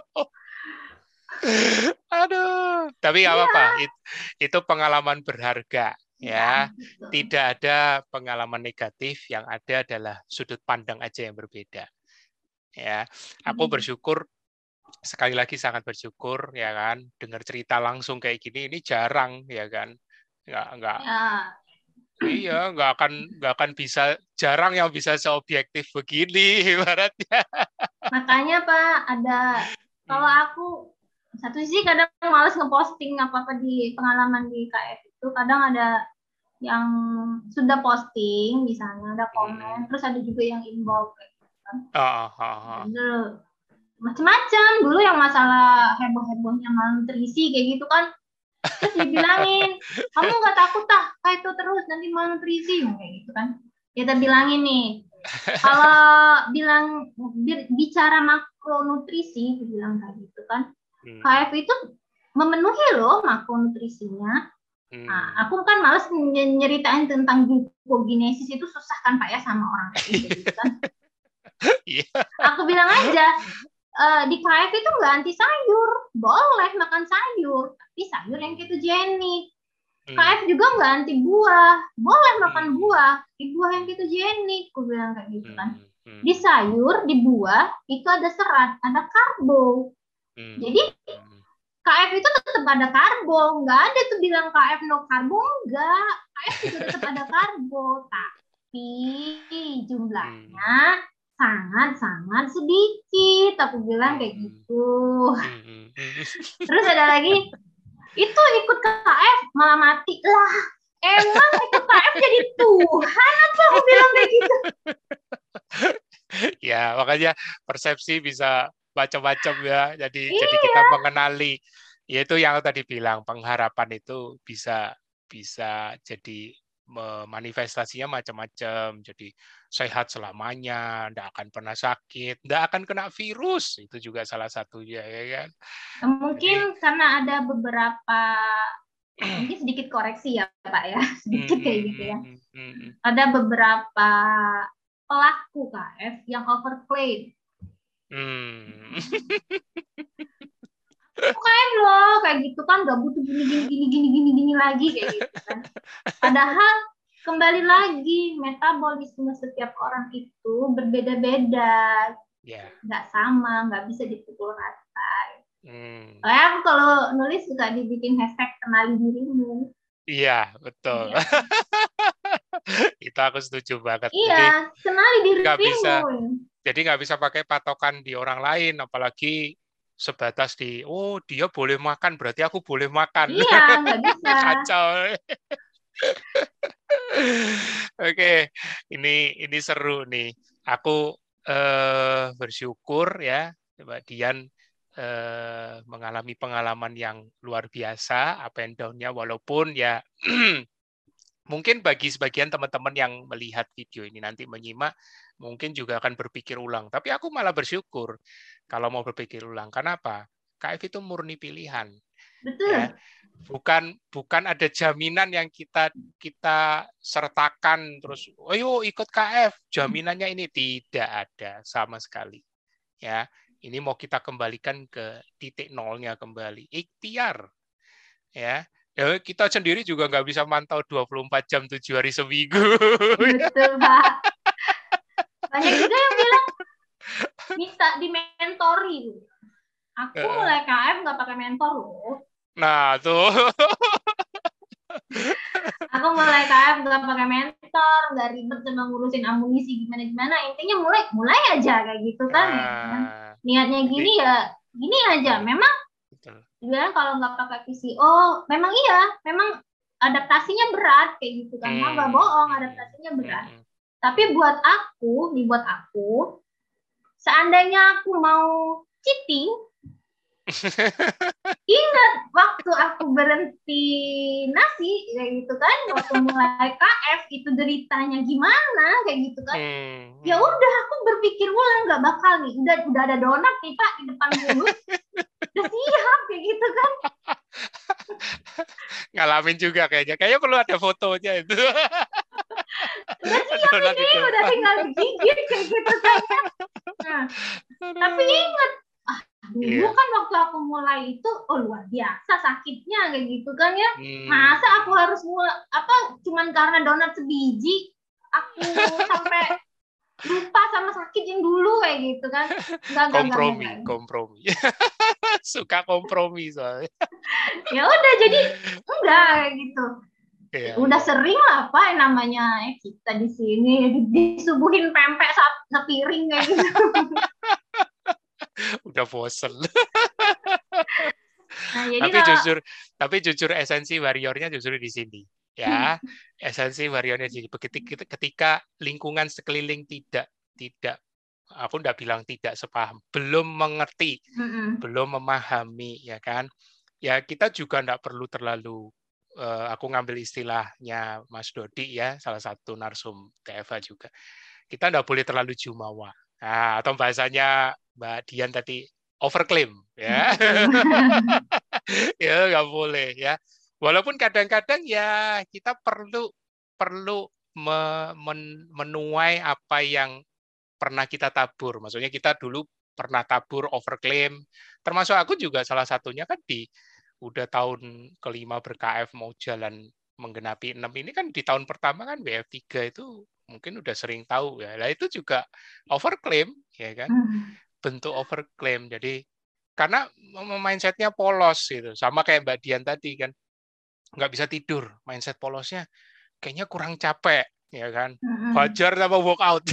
Aduh, tapi nggak apa-apa, It, itu pengalaman berharga ya. ya. Tidak ada pengalaman negatif, yang ada adalah sudut pandang aja yang berbeda. Ya, aku bersyukur, sekali lagi sangat bersyukur ya kan, dengar cerita langsung kayak gini ini jarang ya kan, nggak nggak ya. Iya nggak akan nggak akan bisa, jarang yang bisa seobjektif begini ibaratnya. Makanya Pak ada, kalau aku satu sisi kadang males ngeposting apa apa di pengalaman di K F itu, kadang ada yang sudah posting misalnya ada komen, hmm. terus ada juga yang inbox kayak gitu kan. Oh, oh, oh. Macam-macam dulu yang masalah heboh-hebohnya malnutrisi kayak gitu kan. Terus dibilangin, kamu nggak takut tah kayak itu terus nanti malnutrisi kayak gitu kan. Kita bilangin nih, kalau bilang bicara makronutrisi, dibilang kayak gitu kan, hmm. K F itu memenuhi loh makronutrisinya. Hmm. Nah, aku kan males nyeritain tentang glukogenesis itu susah kan Pak ya sama orang kayak gitu kan. Aku bilang aja, uh, di K F itu nggak anti sayur, boleh makan sayur, tapi sayur yang ketogenik. Hmm. K F juga nggak anti buah, boleh makan hmm. buah, di buah yang ketogenik, aku bilang kayak gitu kan. Hmm. Di sayur, di buah itu ada serat, ada karbo. Hmm. Jadi K F itu tetap ada karbo, nggak ada tuh bilang K F no karbo, enggak. K F juga tetap ada karbo, tapi jumlahnya sangat-sangat sedikit. Aku bilang kayak gitu. Terus ada lagi, itu ikut K F malah mati lah. Emang ikut K F jadi Tuhan apa? Aku bilang kayak gitu. Ya, makanya persepsi bisa macam-macam ya. Jadi iya. jadi kita mengenali, yaitu yang tadi bilang pengharapan itu bisa bisa jadi manifestasinya macam-macam. Jadi sehat selamanya, tidak akan pernah sakit, tidak akan kena virus, itu juga salah satunya ya kan. Mungkin jadi, karena ada beberapa mungkin sedikit koreksi ya Pak ya, sedikit kayak gitu ya. Ada beberapa pelaku K F yang overclaim. Hmm. K F loh kayak gitu kan nggak butuh gini gini gini gini gini gini lagi kayak gitu kan. Padahal kembali lagi metabolisme setiap orang itu berbeda-beda, yeah. nggak sama, nggak bisa dipukul rata. Hmm. Kayak aku kalau nulis suka dibikin hashtag kenali dirimu. Iya betul. Iya. Itu aku setuju banget. Iya, jadi, kenali dirimu. Nggak bisa, jadi nggak bisa pakai patokan di orang lain, apalagi sebatas di, oh dia boleh makan, berarti aku boleh makan. Iya, nggak bisa. Kacau. Oke, ini ini seru nih. Aku eh, bersyukur ya, Mbak Dian eh, mengalami pengalaman yang luar biasa, up and down-nya, walaupun ya mungkin bagi sebagian teman-teman yang melihat video ini nanti menyimak, mungkin juga akan berpikir ulang. Tapi aku malah bersyukur kalau mau berpikir ulang. Kenapa? K F itu murni pilihan. Betul. Ya. Bukan bukan ada jaminan yang kita kita sertakan terus, ayo ikut K F, jaminannya ini tidak ada sama sekali. Ya, ini mau kita kembalikan ke titik nolnya kembali, ikhtiar. Ya. Ya, kita sendiri juga nggak bisa mantau dua puluh empat jam tujuh hari seminggu. Betul, Pak. Banyak juga yang bilang minta dimentori. Aku uh. mulai K F nggak pakai mentor loh. Nah, tuh. Aku mulai K F nggak pakai mentor, nggak ribet sama ngurusin amunisi gimana-gimana. Intinya mulai mulai aja kayak gitu kan. Nah, niatnya gini jadi, ya, gini aja. Memang dibilang kalau nggak pakai P C O, memang iya, memang adaptasinya berat kayak gitu kan, hmm. nggak bohong, adaptasinya berat. Hmm. Tapi buat aku, nih buat aku, seandainya aku mau cheating, ingat waktu aku berhenti nasi kayak gitu kan, waktu mulai K F itu deritanya gimana kayak gitu kan. Hmm. Ya udah aku berpikir ulang, nggak bakal nih, udah udah ada donat nih Pak di depan mulut. Udah siap kayak gitu kan. Ngalamin juga kayaknya. Kayaknya perlu ada fotonya itu. Udah siap ini, udah tinggal gigit kayak gitu kan. Nah, tapi ingat, ah, dulu yeah. kan waktu aku mulai itu, oh luar biasa sakitnya kayak gitu kan ya. Hmm. Masa aku harus mulai, apa, cuman karena donat sebiji, aku sampai lupa sama sakit yang dulu kayak gitu kan. Enggak, kompromi, enggak, enggak. kompromi. Suka kompromi soalnya. Ya udah jadi enggak kayak gitu. Ya, udah ya. Sering lah Pak namanya eh, kita di sini disuguhin pempek sepiring kayak gitu. Udah bosen. Nah, jadi tapi kalau... jujur, tapi jujur esensi warriornya justru di sini. Ya, esensi warrior energy. Ketika, ketika lingkungan sekeliling tidak tidak aku nggak bilang tidak sepaham, belum mengerti, mm-hmm. belum memahami, ya kan? Ya kita juga nggak perlu terlalu. Uh, aku ngambil istilahnya Mas Dodi ya, salah satu narsum T F A juga. Kita nggak boleh terlalu jumawa. Nah, atau bahasanya Mbak Dian tadi overclaim, ya. Ya nggak boleh ya. Walaupun kadang-kadang ya kita perlu perlu menuai apa yang pernah kita tabur. Maksudnya kita dulu pernah tabur overclaim. Termasuk aku juga salah satunya kan di udah tahun kelima ber-K F mau jalan menggenapi enam ini kan di tahun pertama kan W F tiga itu mungkin udah sering tahu ya. Nah itu juga overclaim ya kan. Bentuk overclaim. Jadi karena mindset-nya polos gitu. Sama kayak Mbak Dian tadi kan. Nggak bisa tidur, mindset polosnya kayaknya kurang capek, ya kan? Wajar sama workout.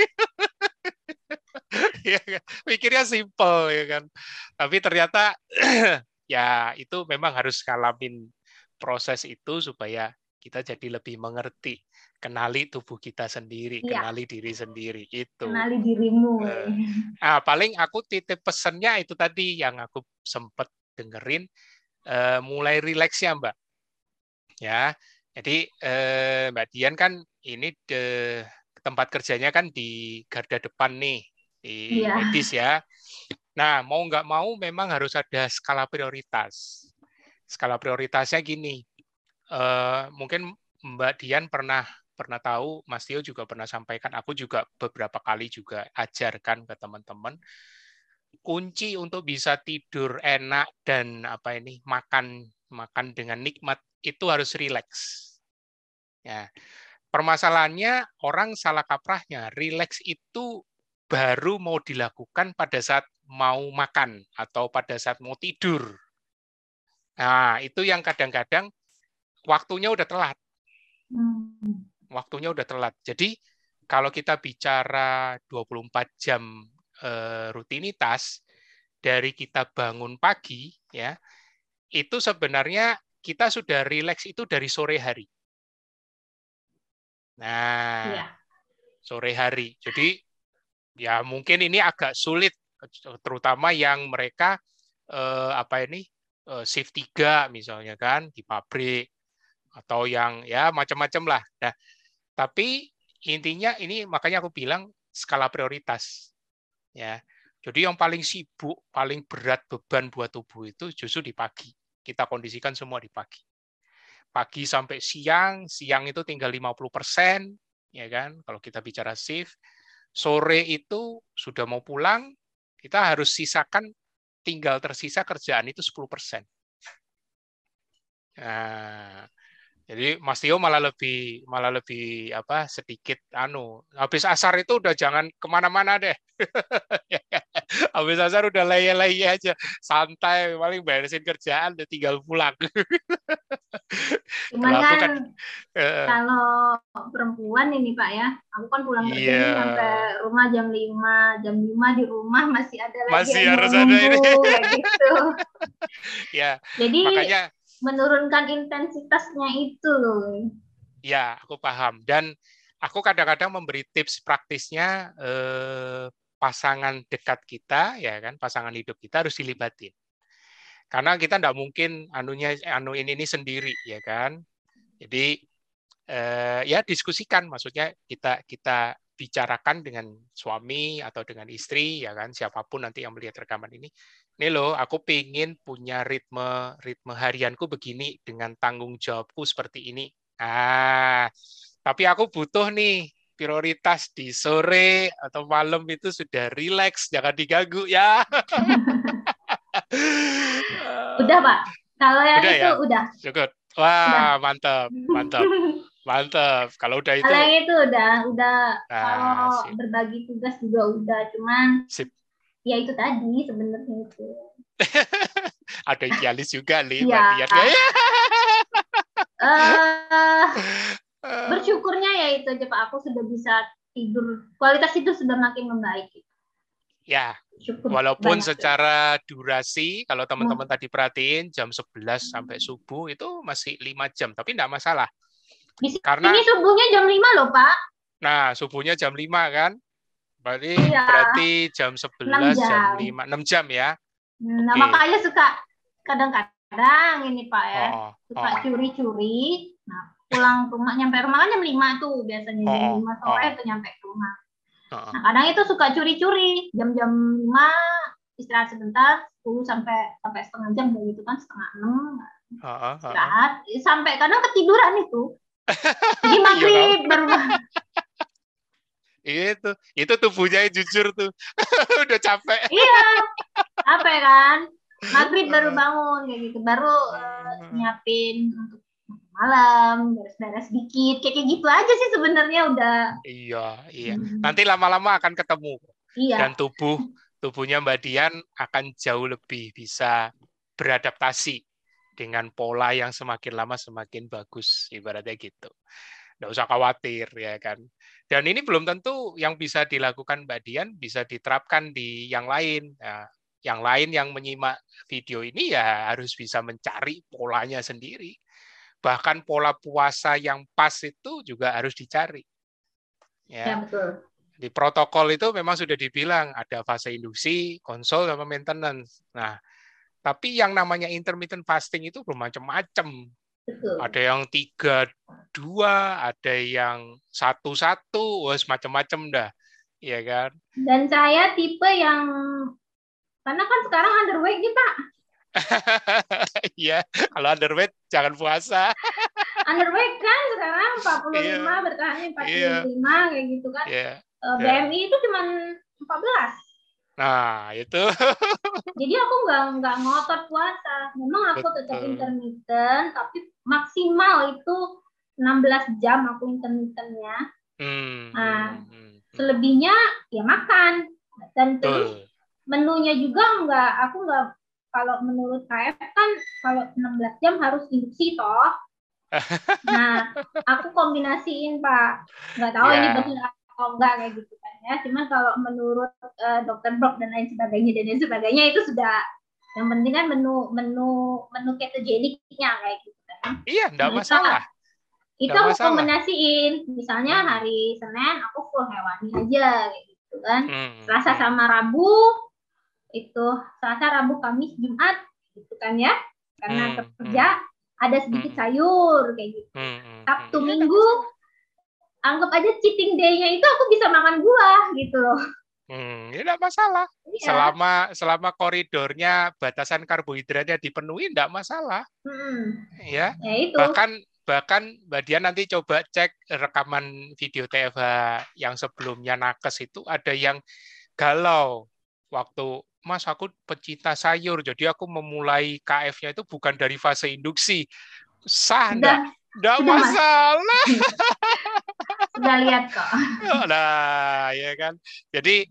Ya kan? Pikirnya simple, ya kan? Tapi ternyata ya itu memang harus ngalamin proses itu supaya kita jadi lebih mengerti, kenali tubuh kita sendiri, ya. Kenali diri sendiri itu. Kenali dirimu. Nah, paling aku titip pesennya itu tadi yang aku sempat dengerin, uh, mulai rileksnya Mbak. Ya, jadi eh, Mbak Dian kan ini de, tempat kerjanya kan di garda depan nih di yeah. medis ya. Nah mau nggak mau memang harus ada skala prioritas. Skala prioritasnya gini, eh, mungkin Mbak Dian pernah pernah tahu, Mas Tio juga pernah sampaikan, aku juga beberapa kali juga ajarkan ke teman-teman. Kunci untuk bisa tidur enak dan apa ini makan makan dengan nikmat itu harus rileks. Ya, permasalahannya orang salah kaprahnya, rileks itu baru mau dilakukan pada saat mau makan atau pada saat mau tidur. Nah, itu yang kadang-kadang waktunya udah telat. Waktunya udah telat. Jadi kalau kita bicara dua puluh empat jam eh, rutinitas dari kita bangun pagi, ya, itu sebenarnya kita sudah rileks itu dari sore hari. Nah, ya. Sore hari. Jadi ya mungkin ini agak sulit, terutama yang mereka eh, apa ini eh, shift tiga misalnya kan di pabrik atau yang ya macam-macam lah. Nah, tapi intinya ini makanya aku bilang skala prioritas. Ya, jadi yang paling sibuk, paling berat beban buat tubuh itu justru di pagi. Kita kondisikan semua di pagi. Pagi sampai siang, siang itu tinggal lima puluh persen, ya kan? Kalau kita bicara shift, sore itu sudah mau pulang, kita harus sisakan, tinggal tersisa kerjaan itu sepuluh persen. Nah, jadi Mas Tio malah lebih malah lebih apa sedikit anu habis asar itu udah jangan kemana-mana deh. Habis asar udah leye-leye aja, santai, paling beresin kerjaan udah tinggal pulang. Cuman kan, kan uh, kalau perempuan ini Pak ya, aku kan pulang kerja yeah. ini sampai rumah jam lima, jam lima di rumah masih ada lagi masih yang harus nunggu, ada ini. Kayak gitu. Ya. Jadi makanya menurunkan intensitasnya itu loh. Ya, aku paham. Dan aku kadang-kadang memberi tips praktisnya eh, pasangan dekat kita, ya kan, pasangan hidup kita harus dilibatin. Karena kita tidak mungkin anunya anu ini, ini sendiri, ya kan. Jadi eh, ya diskusikan, maksudnya kita kita bicarakan dengan suami atau dengan istri, ya kan, siapapun nanti yang melihat rekaman ini. Ini loh, aku pengen punya ritme ritme harianku begini dengan tanggung jawabku seperti ini. Ah, tapi aku butuh nih prioritas di sore atau malam itu sudah rileks, jangan diganggu ya. Udah Pak, kalau yang udah, itu ya? udah. Cukup. Wah, udah. mantap, mantap, mantap. Kalau udah itu. Kalau yang itu udah, udah. Ah, kalau sip. Berbagi tugas juga udah, cuman. Sip. Ya itu tadi sebenarnya itu. Ada idealis juga nih, Mbak Dian. Ya. Uh, bersyukurnya ya itu aja Pak, aku sudah bisa tidur, kualitas itu sudah makin membaik. Ya, syukur walaupun banyak, secara ya. Durasi, kalau teman-teman hmm. tadi perhatiin jam sebelas sampai subuh itu masih lima jam, tapi enggak masalah. Di sini Karena subuhnya jam lima loh, Pak. Nah, subuhnya jam lima kan? Berarti iya. berarti jam sebelas, jam. jam lima, enam jam ya. Nah, okay. makanya suka kadang-kadang ini Pak ya, oh, oh, suka oh, curi-curi. Nah, pulang rumah, nyampe rumah kan jam lima tuh biasanya, oh, jam lima sore oh. tuh nyampe rumah. Oh. Nah, kadang itu suka curi-curi, jam-jam lima istirahat sebentar, sepuluh sampai sampai setengah jam gitu kan, setengah enam oh, oh, istirahat, oh. sampai kadang ketiduran itu. Jadi maghrib baru itu itu tubuhnya jujur tuh udah capek. Iya, capek kan, maghrib baru bangun kayak gitu, baru uh, nyiapin untuk malam, beres-beres dikit, kayak gitu aja sih sebenarnya udah. Iya, iya. Hmm. Nanti lama-lama akan ketemu. Iya. Dan tubuh tubuhnya Mbak Dian akan jauh lebih bisa beradaptasi dengan pola yang semakin lama semakin bagus, ibaratnya gitu. Nggak usah khawatir ya kan. Dan ini belum tentu yang bisa dilakukan Mbak Dian bisa diterapkan di yang lain. Nah, yang lain yang menyimak video ini ya harus bisa mencari polanya sendiri. Bahkan pola puasa yang pas itu juga harus dicari. Ya, ya betul. Di protokol itu memang sudah dibilang ada fase induksi, konsul, sama maintenance. Nah, tapi yang namanya intermittent fasting itu bermacam-macam. Ada yang tiga dua, ada yang satu satu, wes macam-macam dah, ya kan? Dan saya tipe yang karena kan sekarang underweight nih Pak. Iya, kalau underweight jangan puasa. Underweight kan sekarang empat puluh lima, yeah. Bertahannya empat puluh lima, yeah. Kayak gitu kan. Yeah. Uh, B M I yeah. Itu cuma empat belas. Nah, itu. Jadi aku nggak nggak ngotot puasa. Memang aku Betul. tetap intermittent, tapi maksimal itu enam belas jam aku intermittentnya. Hmm. Nah, hmm. selebihnya ya makan. Dan terus Betul. menunya juga nggak, aku nggak, kalau menurut K F kan kalau enam belas jam harus induksi toh. Nah, aku kombinasiin Pak. Nggak tahu yeah. ini benar atau enggak kayak gitu kan ya. Cuman kalau menurut uh, dokter Brock dan lain sebagainya dan lain sebagainya itu sudah, yang penting kan menu menu menu ketogeniknya kayak gitu kan. Iya, enggak nah, masalah. Itu enggak aku masalah. kombinasiin. Misalnya hmm. hari Senin aku full hewani aja kayak gitu kan. Hmm. Selasa hmm. sama Rabu itu Selasa, Rabu, Kamis, Jumat gitu kan ya. Karena hmm. kerja hmm. ada sedikit sayur kayak gitu. Hmm. Sabtu hmm. Minggu anggap aja cheating day-nya itu aku bisa makan buah gitu loh. Hmm, ini enggak masalah. Iya. Selama selama koridornya batasan karbohidratnya dipenuhi enggak masalah. Hmm. Ya. ya itu. Bahkan bahkan Mbak Dian nanti coba cek rekaman video T F H yang sebelumnya nakes itu ada yang galau waktu Mas, aku pecinta sayur, jadi aku memulai K F-nya itu bukan dari fase induksi. Sah enggak? Enggak masalah. Sudah lihat kok. Nah, ya kan. Jadi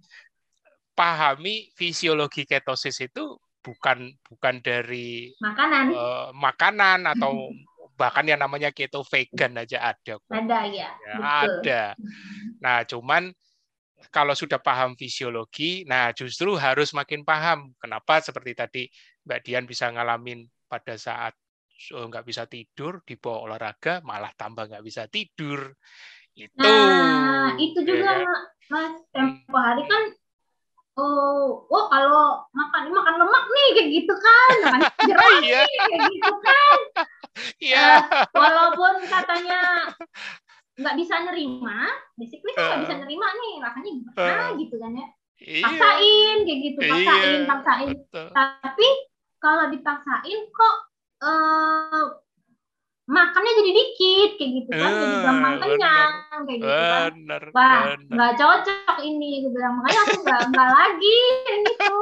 pahami fisiologi ketosis itu bukan bukan dari makanan, uh, makanan atau bahkan yang namanya keto vegan aja ada kok. Ada ya. ya ada. Nah, cuman kalau sudah paham fisiologi, nah justru harus makin paham kenapa seperti tadi Mbak Dian bisa ngalamin pada saat nggak bisa tidur, dibawa olahraga malah tambah nggak bisa tidur. Itu. Nah, itu juga ya kan? Mas, tempo hari kan, oh, oh kalau makan makan lemak nih kayak gitu kan, makan jeruk nih kayak gitu kan. Iya. Uh, walaupun katanya nggak bisa nerima, basically kan nggak uh, bisa nerima nih, rasanya gimana uh, gitu kan ya. Paksain kayak gitu, paksain, iya, paksain. Betul. Tapi kalau dipaksain kok uh, makannya jadi dikit kayak gitu kan, uh, jadi gampang kenyang kayak gitu kan. Bener, wah nggak cocok ini, gue bilang, makanya aku nggak nggak lagi gitu.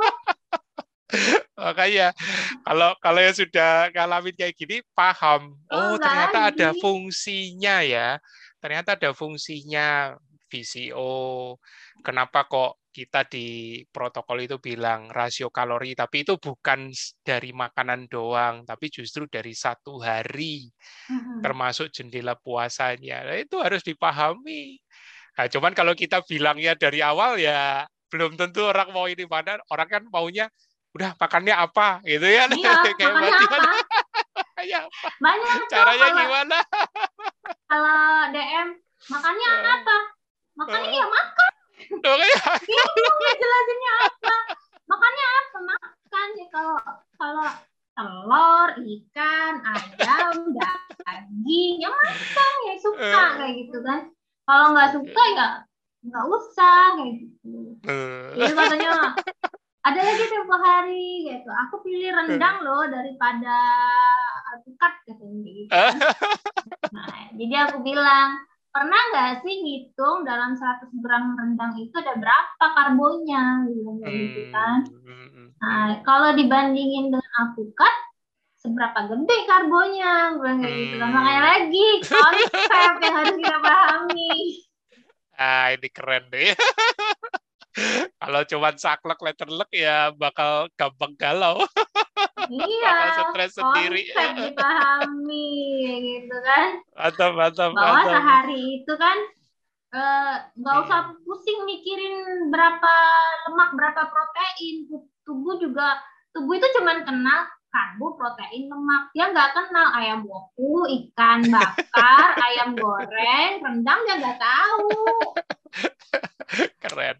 Makanya kalau kalau yang sudah ngalamin kayak gini paham, oh, oh ternyata lagi. Ada fungsinya ya, ternyata ada fungsinya V C O. Kenapa kok kita di protokol itu bilang rasio kalori, tapi itu bukan dari makanan doang, tapi justru dari satu hari, mm-hmm. termasuk jendela puasanya. Nah, itu harus dipahami. Nah, cuman kalau kita bilangnya dari awal ya belum tentu orang mau ini, mana orang kan maunya udah makannya apa gitu ya. Iya, makannya apa? Kayak apa? Banyak Caranya kalau, gimana? Kalau D M, makannya apa? Makannya ya makan. Bingung ngejelasinnya apa. Makannya apa? Makan. Ya, kalau kalau telur, ikan, ayam, daging, ya makan. Ya suka kayak gitu kan. Kalau nggak suka ya nggak usah kayak gitu. Jadi katanya ada lagi tempo hari gitu. Aku pilih rendang loh daripada alpukat katanya gitu. Nah, jadi aku bilang, pernah nggak sih ngitung dalam seratus gram rendang itu ada berapa karbonnya gitu kan? Nah, kalau dibandingin dengan alpukat, seberapa gede karbonnya kayak gitu kan? Makanya lagi konsep yang harus kita pahami. Ah, ini keren deh. Kalau cuma saklek letterlek ya bakal gampang galau. Iya, bakal stres sendiri. konsep dipahami gitu kan. Mantap, mantap, Bahwa mantap. sehari itu kan nggak uh, usah pusing mikirin berapa lemak, berapa protein. Tubuh juga, tubuh itu cuma kenal karbo, protein, lemak. Dia nggak kenal ayam woku, ikan bakar, ayam goreng, rendang dia nggak tahu. Keren.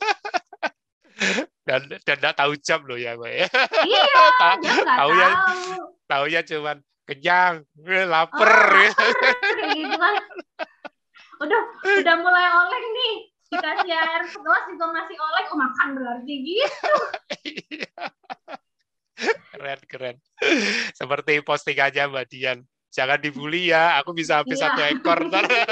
Dan dan nggak tahu jam loh ya gue. Iya, dia nggak tahu. Ya, tahu ya cuman kenyang, lapar. Oh, kayak gitu kan. Udah, udah mulai oleng nih. Dikasih air segelas juga masih oleng. Oh, makan berarti gitu. Keren, keren. Seperti posting aja Mbak Dian. Jangan dibully ya, aku bisa habis iya. satu ekor.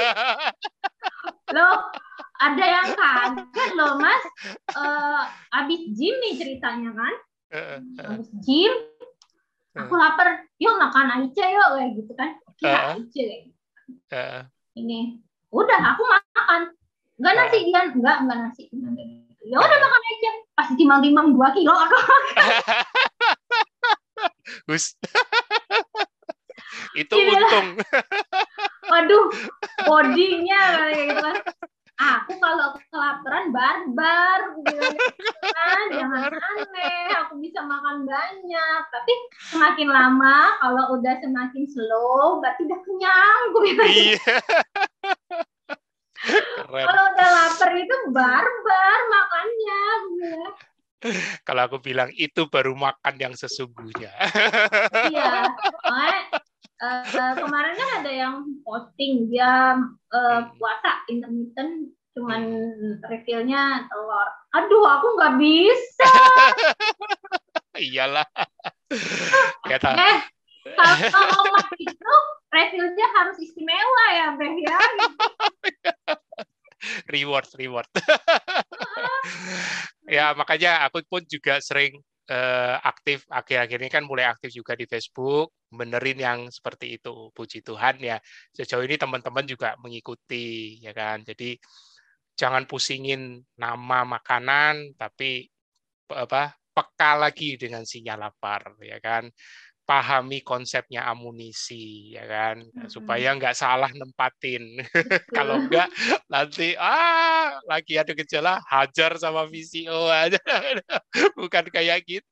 Loh, ada yang kaget loh Mas. Uh, abis gym nih ceritanya kan. Abis gym, aku lapar. Yuk makan aja yuk kayak gitu kan. Kira aja kayak gitu. Ini, udah aku makan. Enggak nasi dia, enggak, enggak nasi. Ya udah makan aja. Pas timang-timang dua kilo aku makan. Gus. Itu jadi untung. Waduh, bodinya kayak gitu kan. Aku kalau kelaparan barbar, kan jangan aneh. Aku bisa makan banyak, tapi semakin lama kalau udah semakin slow, berarti udah kenyang. Iya. Kalau udah lapar itu barbar makannya. Kalau aku bilang itu baru makan yang sesungguhnya. Iya. Uh, kemarin kan ada yang posting dia uh, puasa intermittent cuman hmm. refillnya telur. Aduh, aku nggak bisa. Iyalah. eh, kalau omak itu refillnya harus istimewa ya, Beh ya. Reward, reward. Ya makanya aku pun juga sering Uh, aktif akhir-akhir ini kan mulai aktif juga di Facebook, benerin yang seperti itu. Puji Tuhan ya sejauh ini teman-teman juga mengikuti ya kan. Jadi jangan pusingin nama makanan, tapi apa peka lagi dengan sinyal lapar ya kan. Pahami konsepnya amunisi ya kan, mm-hmm. supaya nggak salah nempatin. Kalau nggak nanti ah lagi ada gejala hajar sama V C O aja. Bukan kayak gitu.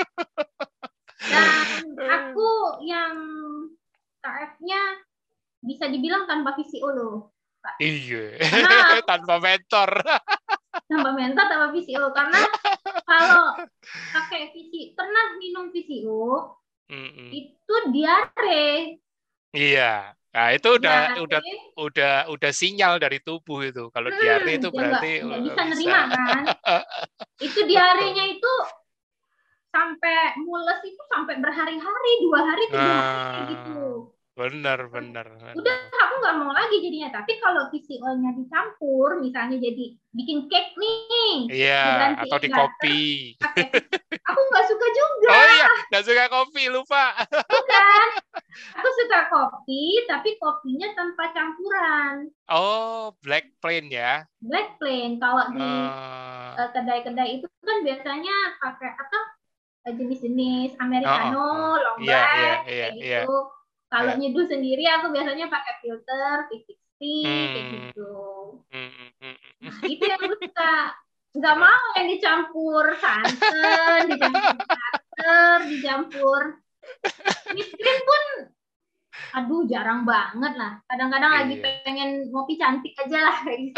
Dan aku yang K F-nya bisa dibilang tanpa V C O loh, Pak. Iya. Tanpa mentor. Tanpa mentor, tanpa V C O. Karena kalau pakai V C O, pernah minum V C O, Mm-mm. itu diare. Iya, nah itu udah diare. udah udah udah sinyal dari tubuh itu. Kalau hmm, diare itu berarti nggak bisa nerima kan? Itu diarenya itu sampai mules itu sampai berhari-hari, dua hari, tiga nah, hari gitu. Benar, benar. Udah aku nggak mau lagi jadinya. Tapi kalau V C O-nya dicampur, misalnya jadi bikin cake nih. Iya, atau di kopi. Okay. Aku nggak suka juga. Oh iya, nggak suka kopi, lupa. Bukan. Aku suka kopi, tapi kopinya tanpa campuran. Oh, black plain ya? Black plain. Kalau di uh... kedai-kedai itu kan biasanya pakai apa? Jenis-jenis americano, oh, oh. long black, yeah, yeah, yeah, kayak gitu. Yeah. Kalau yeah. nyeduh sendiri aku biasanya pakai filter, tiga enam nol, hmm. kayak gitu. Hmm. Nah, itu yang suka. Nggak mau yang dicampur santan, dicampur butter, dicampur split screen pun aduh jarang banget lah. Kadang-kadang iya. lagi pengen ngopi cantik aja lah kayak gitu.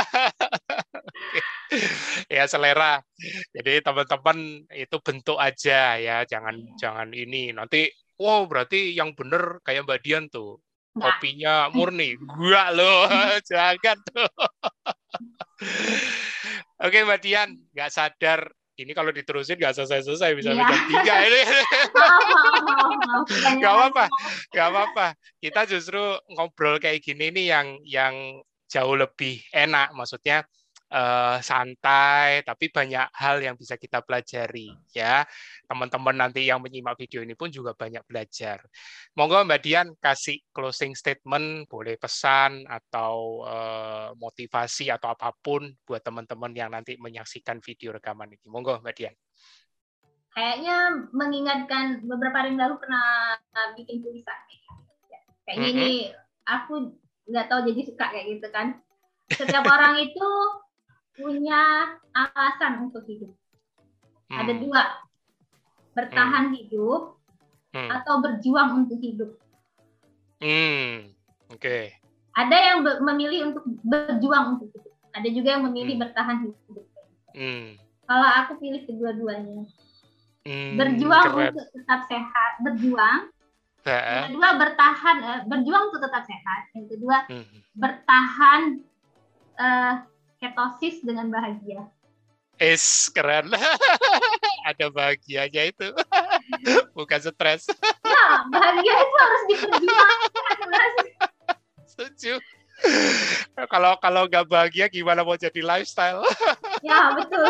Ya selera. Jadi teman-teman itu bentuk aja ya, jangan iya. jangan ini. Nanti wow berarti yang bener kayak Mbak Dian tuh. Nggak. Kopinya murni. Gua loh, jangan tuh. Oke Mbak Dian, nggak sadar ini kalau diterusin nggak selesai-selesai bisa yeah. jam tiga ini. Nggak apa-apa, nggak apa-apa. Kita justru ngobrol kayak gini nih yang yang jauh lebih enak, maksudnya uh, santai, tapi banyak hal yang bisa kita pelajari ya. Teman-teman nanti yang menyimak video ini pun juga banyak belajar. Monggo Mbak Dian kasih closing statement, boleh pesan atau uh, motivasi atau apapun buat teman-teman yang nanti menyaksikan video rekaman ini. Monggo Mbak Dian. Kayaknya mengingatkan beberapa hari yang lalu pernah bikin tulisan. Kayaknya mm-hmm. ini aku nggak tahu jadi suka kayak gitu kan. Setiap orang itu punya alasan untuk hidup. Hmm. Ada dua. Bertahan hmm. hidup hmm. atau berjuang untuk hidup. Hmm. Oke. Okay. Ada yang memilih untuk berjuang untuk hidup. Ada juga yang memilih hmm. bertahan hidup. Hmm. Kalau aku pilih kedua-duanya. Hmm. Berjuang Keren. Untuk tetap sehat. Berjuang. Yang kedua bertahan. Berjuang untuk tetap sehat. Yang kedua hmm. bertahan uh, ketosis dengan bahagia. Es keren. Ada bahagianya itu. Bukan stres. Ya, bahagia itu harus diperjuangkan. Setuju. Kalau kalau nggak bahagia gimana mau jadi lifestyle? Ya, betul.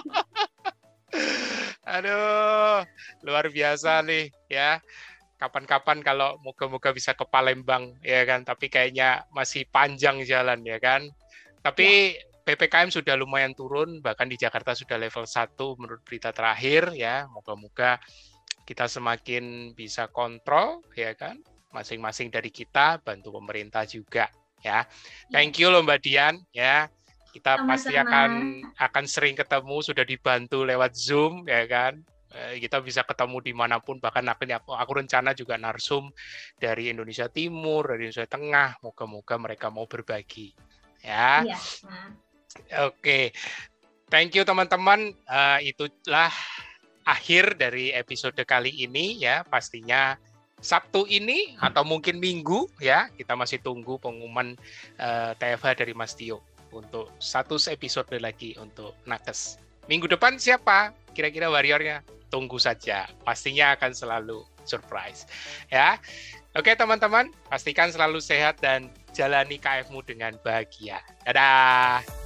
Aduh, luar biasa nih ya. Kapan-kapan kalau moga-moga bisa ke Palembang ya kan, tapi kayaknya masih panjang jalan ya kan. Tapi ya. P P K M sudah lumayan turun, bahkan di Jakarta sudah level satu menurut berita terakhir ya. Moga-moga kita semakin bisa kontrol ya kan, masing-masing dari kita, bantu pemerintah juga ya. Thank you loh Mbak Dian ya. Kita Sama-sama. pasti akan akan sering ketemu, sudah dibantu lewat Zoom ya kan. Kita bisa ketemu dimanapun, bahkan aku, aku rencana juga narsum dari Indonesia Timur, dari Indonesia Tengah. Moga-moga mereka mau berbagi ya. Iya. Nah. Oke, thank you teman-teman. Uh, itulah akhir dari episode kali ini ya. Pastinya Sabtu ini atau mungkin Minggu ya. Kita masih tunggu pengumuman uh, T F H dari Mas Tio untuk satu episode lagi untuk Nakes. Minggu depan siapa? Kira-kira warriornya? Tunggu saja. Pastinya akan selalu surprise ya. Oke teman-teman, pastikan selalu sehat dan jalani K F-mu dengan bahagia. Dadah.